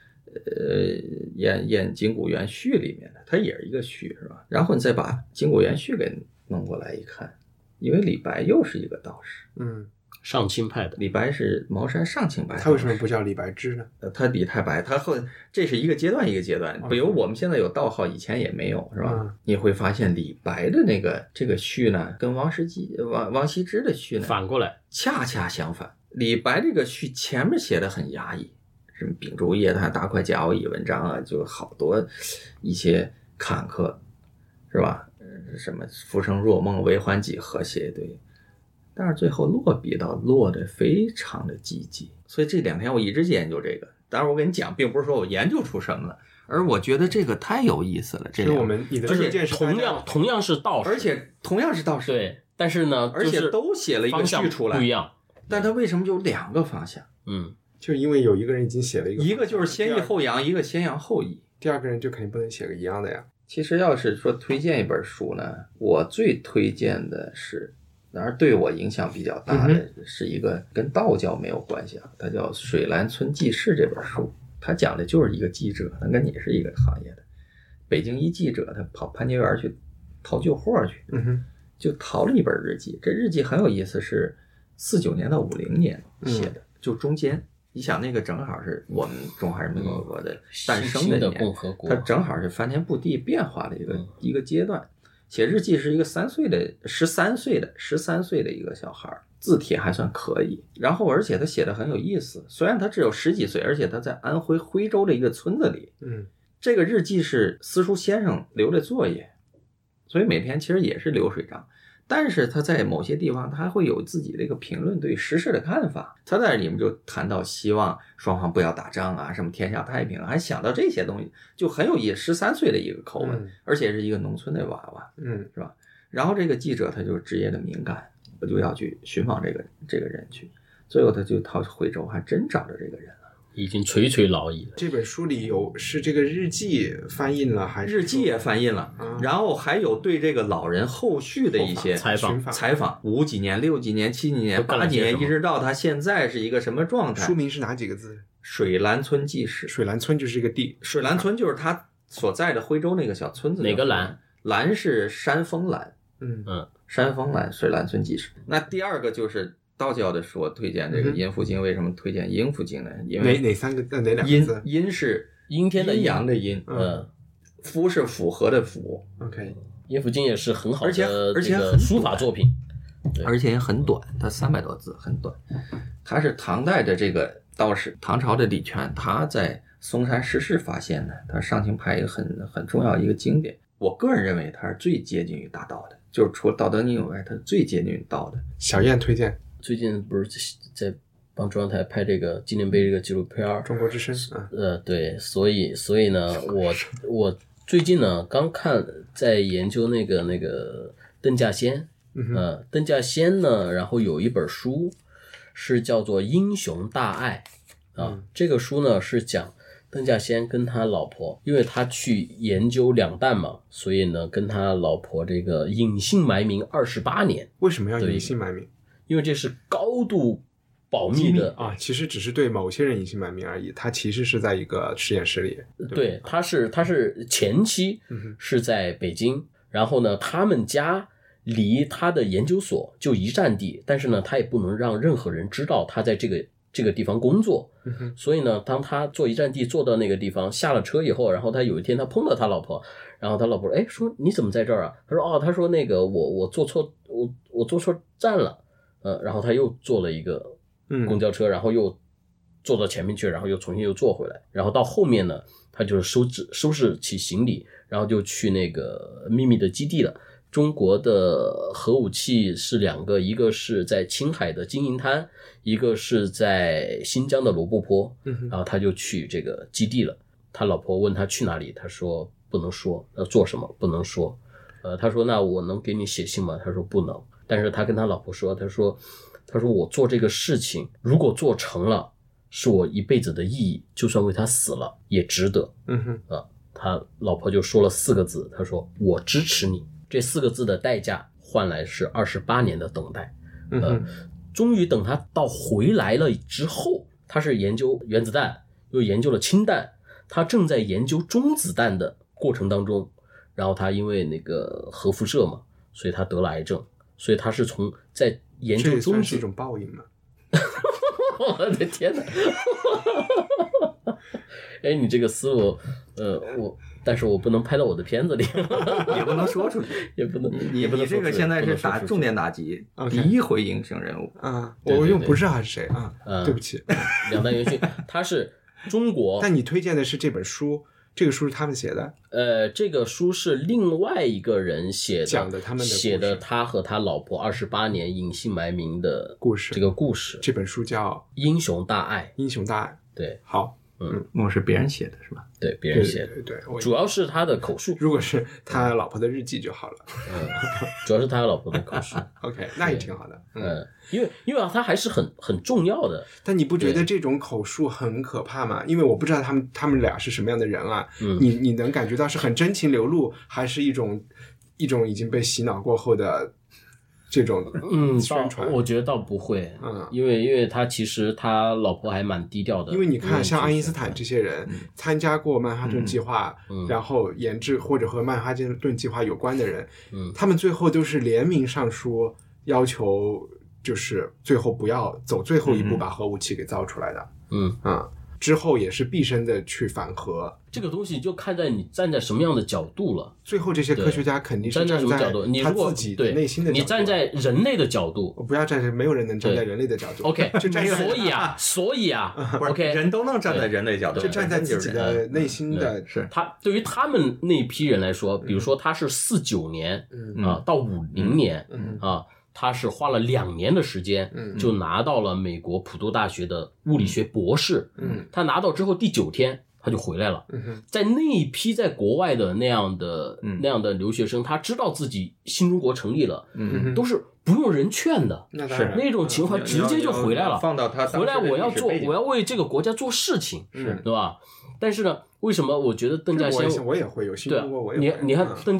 演金谷园序里面的，它也是一个序，是吧？然后你再把金谷园序给弄过来一看，因为李白又是一个道士， 上清派的。 李白是茅山上清派， 他为什么不叫李白之呢？ 他李太白，他这是一个阶段一个阶段。比如我们现在有道号，以前也没有，是吧？你会发现李白的这个序呢，跟王羲之的序呢反过来， 恰恰相反。李白这个序前面写的很压抑，什么秉烛夜谈大块甲偶乙文章啊，就好多一些坎坷，是吧？什么浮生若梦为欢几何写一堆。但是最后落笔到落得非常的积极，所以这2天我一直研究这个。当然我跟你讲，并不是说我研究出什么了，而我觉得这个太有意思了。这个你的推荐是同样是道士， 而且同样是道士， 对，但是呢， 而且都写了一个序出来， 不一样。 但他为什么有2个方向？ 就是因为有一个人已经写了一个就是先抑后扬，一个先扬后抑， 第二个人就肯定不能写个一样的呀。 其实要是说推荐一本书呢，我最推荐的是。当然对我影响比较大的是一个跟道教没有关系啊，它叫《水兰村记事》这本书，它讲的就是一个记者，他跟你是一个行业的北京一记者，他跑潘家园去淘旧货去，就淘了一本日记。这日记很有意思，是49年到50年写的，就中间你想那个正好是我们中华人民共和国的诞生的年，它正好是翻天覆地变化的一个阶段。写日记是一个13岁的一个小孩，字体还算可以，然后而且他写的很有意思，虽然他只有10几岁，而且他在安徽徽州的一个村子里，这个日记是私塾先生留的作业，所以每天其实也是流水账，但是他在某些地方他会有自己的一个评论对时事的看法，他在里面就谈到希望双方不要打仗啊，什么天下太平，还想到这些东西，就很有意思。13岁的一个口吻，而且是一个农村的娃娃，是吧？然后这个记者他就职业的敏感，我就要去寻访这个人去，最后他就到徽州还真找着这个人了。 已经垂垂老矣了。 这本书里是这个日记翻印了，还是日记也翻印了，然后还有对这个老人后续的一些采访 5几年、6几年、7几年、8几年，一直到他现在是一个什么状态？ 书名是哪几个字？ 水兰村纪事。 水兰村就是一个地， 水兰村就是他所在的徽州那个小村子。 哪个兰？ 兰是山峰兰，山峰兰，水兰村纪事。那第二个就是道教的说推荐这个阴符经，为什么推荐阴符经呢？因为哪两个字？ 阴是阴天的阴阳的阴，符是符合的符。 OK， 阴符经也是很好的而且很书法作品， 而且也很短，它300多字，很短。它是唐代的这个道士，唐朝的李全他在嵩山石室发现的，他上清派一个很重要一个经典。我个人认为它是最接近于大道的，就是除了《道德经》以外，它最接近于道的。 小燕推荐， 最近不是在帮中央台拍这个纪念碑这个纪录片《 中国之声》 对，所以呢，我最近呢刚看在研究那个邓稼先，邓稼先呢，然后有一本书是叫做《英雄大爱》这个书呢是讲邓稼先跟他老婆，因为他去研究两弹嘛，所以呢跟他老婆这个隐姓埋名28年。 为什么要隐姓埋名？ 因为这是高度保密的其实只是对某些人隐姓埋名而已，他其实是在一个实验室里。 对，他是前期是在北京，然后呢他们家离他的研究所就一站地，但是呢他也不能让任何人知道他在这个地方工作，所以呢当他坐一站地坐到那个地方，下了车以后，然后他有一天他碰到他老婆，然后他老婆说你怎么在这儿啊？他说那个我坐错站了，然后他又坐了一个公交车，然后又坐到前面去，然后又重新又坐回来，然后到后面呢他就是收拾起行李，然后就去那个秘密的基地了。中国的核武器是2个，一个是在青海的金银滩，一个是在新疆的罗布泊，然后他就去这个基地了。他老婆问他去哪里，他说不能说，要做什么不能说。他说那我能给你写信吗？他说不能。但是他跟他老婆说，他说我做这个事情如果做成了，是我一辈子的意义，就算为他死了也值得。他老婆就说了4个字，他说我支持你。这4个字的代价换来是28年的等待。终于等他到回来了之后，他是研究原子弹，又研究了氢弹，他正在研究中子弹的过程当中，然后他因为那个核辐射嘛，所以他得了癌症，所以他是从在研究中子， 这也算是一种报应吗？ 我的天哪！你这个思路，但是我不能拍到我的片子里， 也不能说出去， 也不能。 你这个现在是重点打击第一回英雄人物我又不知道他是谁对不起。 两弹元勋，他是中国。 但你推荐的是这本书，这个书是他们写的？ 这个书是另外一个人写的， 讲的他们的故事， 写的他和他老婆28年隐姓埋名的故事。 这个故事， 这本书叫《 英雄大爱》。 英雄大爱， 对， 好。 我是别人写的是吧？ 对，别人写的， 对， 主要是他的口述。 如果是他老婆的日记就好了。 主要是他老婆的口述。 OK， 那也挺好的。 因为他还是很重要的。 但你不觉得这种口述很可怕吗？因为我不知道他们俩是什么样的人啊。你能感觉到是很真情流露，还是一种已经被洗脑过后的这种宣传？ 我觉得倒不会。因为他其实他老婆还蛮低调的。 因为你看像爱因斯坦这些人参加过曼哈顿计划，然后研制或者和曼哈顿计划有关的人，他们最后都是联名上书要求，就是最后不要走最后一步把核武器给造出来的。之后也是毕生的去反核。 这个东西就看在你站在什么样的角度了。 最后这些科学家肯定是站在什么角度？你如果他自己的内心的角度， 你站在人类的角度， 不要站在，没有人能站在人类的角度。 OK， 就站在所以OK， 人都能站在人类角度， 就站在自己的内心的。 是他对于他们那批人来说，比如说他是49年到50年他是花了2年的时间就拿到了美国普渡大学的物理学博士。他拿到之后第9天他就回来了。在那一批在国外的那样的留学生，他知道自己新中国成立了，都是不用人劝的， 是那种情怀直接就回来了。 放到他回来我要为这个国家做事情， 是对吧？但是呢，为什么我觉得邓稼先我也会有新中国，我也会。 你看邓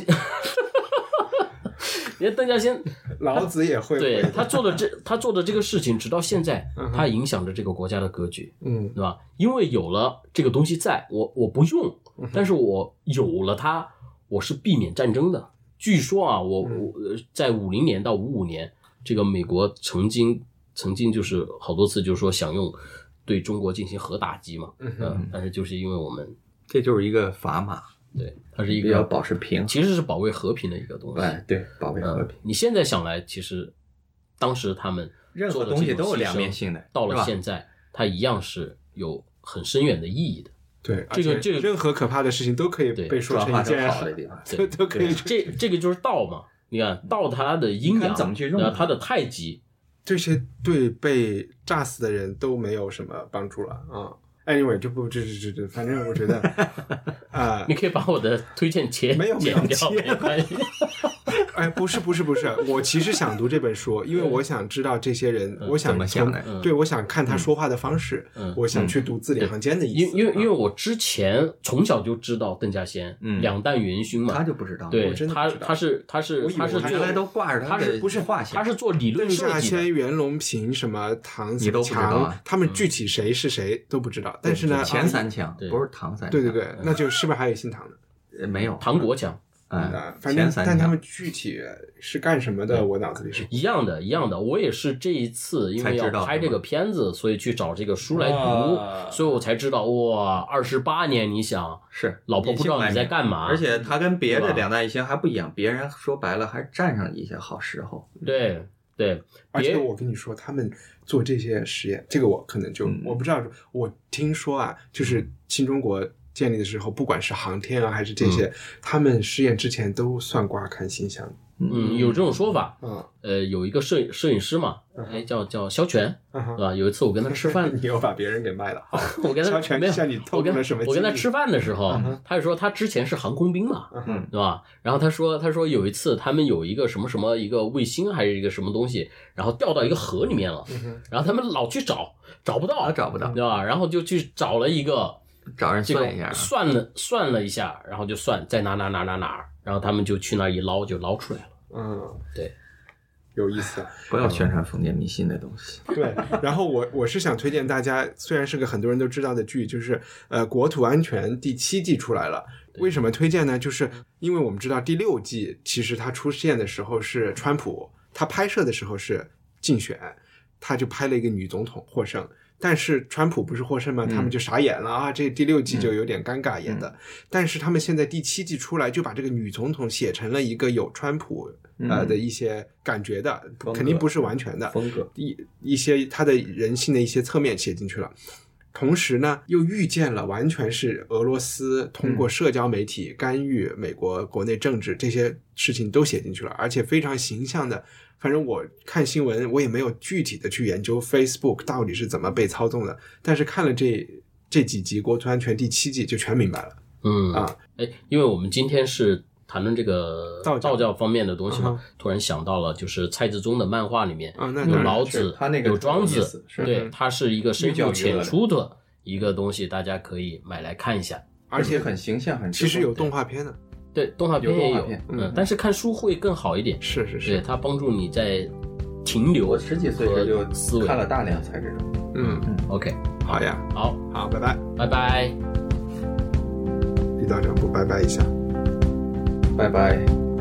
你看邓稼先， 老子也会。 对他做的这个事情，直到现在，他影响着这个国家的格局，对吧？因为有了这个东西在，我不用，但是我有了它，我是避免战争的。据说啊，我在50年到55年，这个美国曾经就是好多次就是说想用对中国进行核打击嘛，但是就是因为我们这就是一个砝码。 对，它是一个要保持平衡， 其实是保卫和平的一个东西。 对，保卫和平。 你现在想来，其实当时他们任何东西都有两面性的， 到了现在，它一样是有很深远的意义的。 对， 这个任何可怕的事情都可以被说成一件好的地方， 都可以。 这个就是道嘛。你看道它的阴阳怎么去用， 它的太极， 这些对被炸死的人都没有什么帮助了啊。Anyway， 就不这，反正我觉得你可以把我的推荐剪掉，没关系。 哎，不是，我其实想读这本书，因为我想知道这些人，我想怎么想的， 对，我想看他说话的方式，我想去读字里行间的意思。 因为我之前从小就知道邓稼先两弹元勋嘛， 他就不知道， 对，他是原来都挂着他的画像， 他是做理论设计的。 邓稼先、袁隆平什么唐子强，他们具体谁是谁都不知道。但是呢， 前三强不是唐三强， 对，那就是不是还有姓唐的？ 没有， 唐国强。 反正但他们具体是干什么的，我脑子里是一样的。我也是这一次因为要拍这个片子，所以去找这个书来读，所以我才知道哇，28年，你想是老婆不知道你在干嘛， 而且他跟别的两弹一星还不一样，别人说白了还占上一些好时候。 对， 而且我跟你说，他们做这些实验，这个我可能就我不知道，我听说啊，就是新中国建立的时候，不管是航天啊还是这些，他们试验之前都算卦看星象。 有这种说法。有一个摄影师嘛，叫肖全，对吧？有一次我跟他吃饭， 你又把别人给卖了。 我跟他肖全向你透露了什么？ 我跟他吃饭的时候，他就说他之前是航空兵嘛，对吧？然后他说有一次他们有一个什么一个卫星还是一个什么东西，然后掉到一个河里面了，然后他们老去找不到，对吧？然后就去找了一个。 找人算一下， 算了一下，然后就算在哪，然后他们就去那儿一捞，就捞出来了。对， 有意思。 不要宣传封建迷信的东西。 对，然后我是想推荐大家，虽然是个很多人都知道的剧，就是国土安全第7季出来了。为什么推荐呢？就是因为我们知道第6季其实他出现的时候是川普，他拍摄的时候是竞选，他就拍了一个女总统获胜。但是川普不是获胜吗？他们就傻眼了啊！这第6季就有点尴尬演的。但是他们现在第7季出来，就把这个女总统写成了一个有川普的一些感觉的，肯定不是完全的风格， 一些他的人性的一些侧面写进去了。同时呢，又预见了完全是俄罗斯通过社交媒体干预美国国内政治，这些事情都写进去了，而且非常形象的。反正我看新闻，我也没有具体的去研究 Facebook 到底是怎么被操纵的，但是看了这几集国土安全第7季就全明白了。 因为我们今天是谈论这个道教方面的东西嘛，突然想到了，就是蔡志忠的漫画里面有老子，有庄子，对，它是一个深入浅出的一个东西，大家可以买来看一下， 而且很形象， 其实有动画片的。 对，动画片也有，但是看书会更好一点。 是， 对，它帮助你在停留。 我10几岁时就看了大量蔡志忠。 OK， 好呀， 好， 拜拜， 拜拜。 李道长不拜拜一下， 拜拜。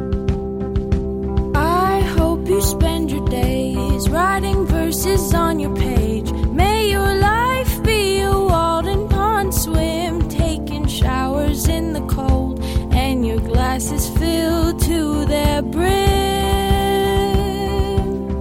I hope you spend your days writing verses on your page. May your life be a Walden Pond swim, taking showers in the cold.And your glasses filled to their brim.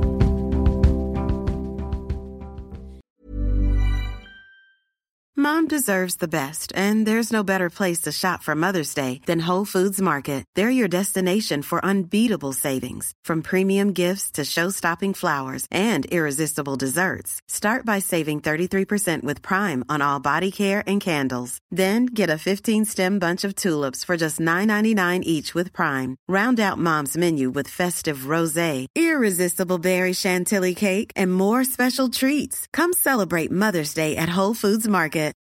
Mom deserves the best, and there's no better place to shop for Mother's Day than Whole Foods Market. They're your destination for unbeatable savings, from premium gifts to show-stopping flowers and irresistible desserts. Start by saving 33% with Prime on all body care and candles. Then get a 15-stem bunch of tulips for just $9.99 each with Prime. Round out Mom's menu with festive rosé, irresistible berry chantilly cake, and more special treats. Come celebrate Mother's Day at Whole Foods Market.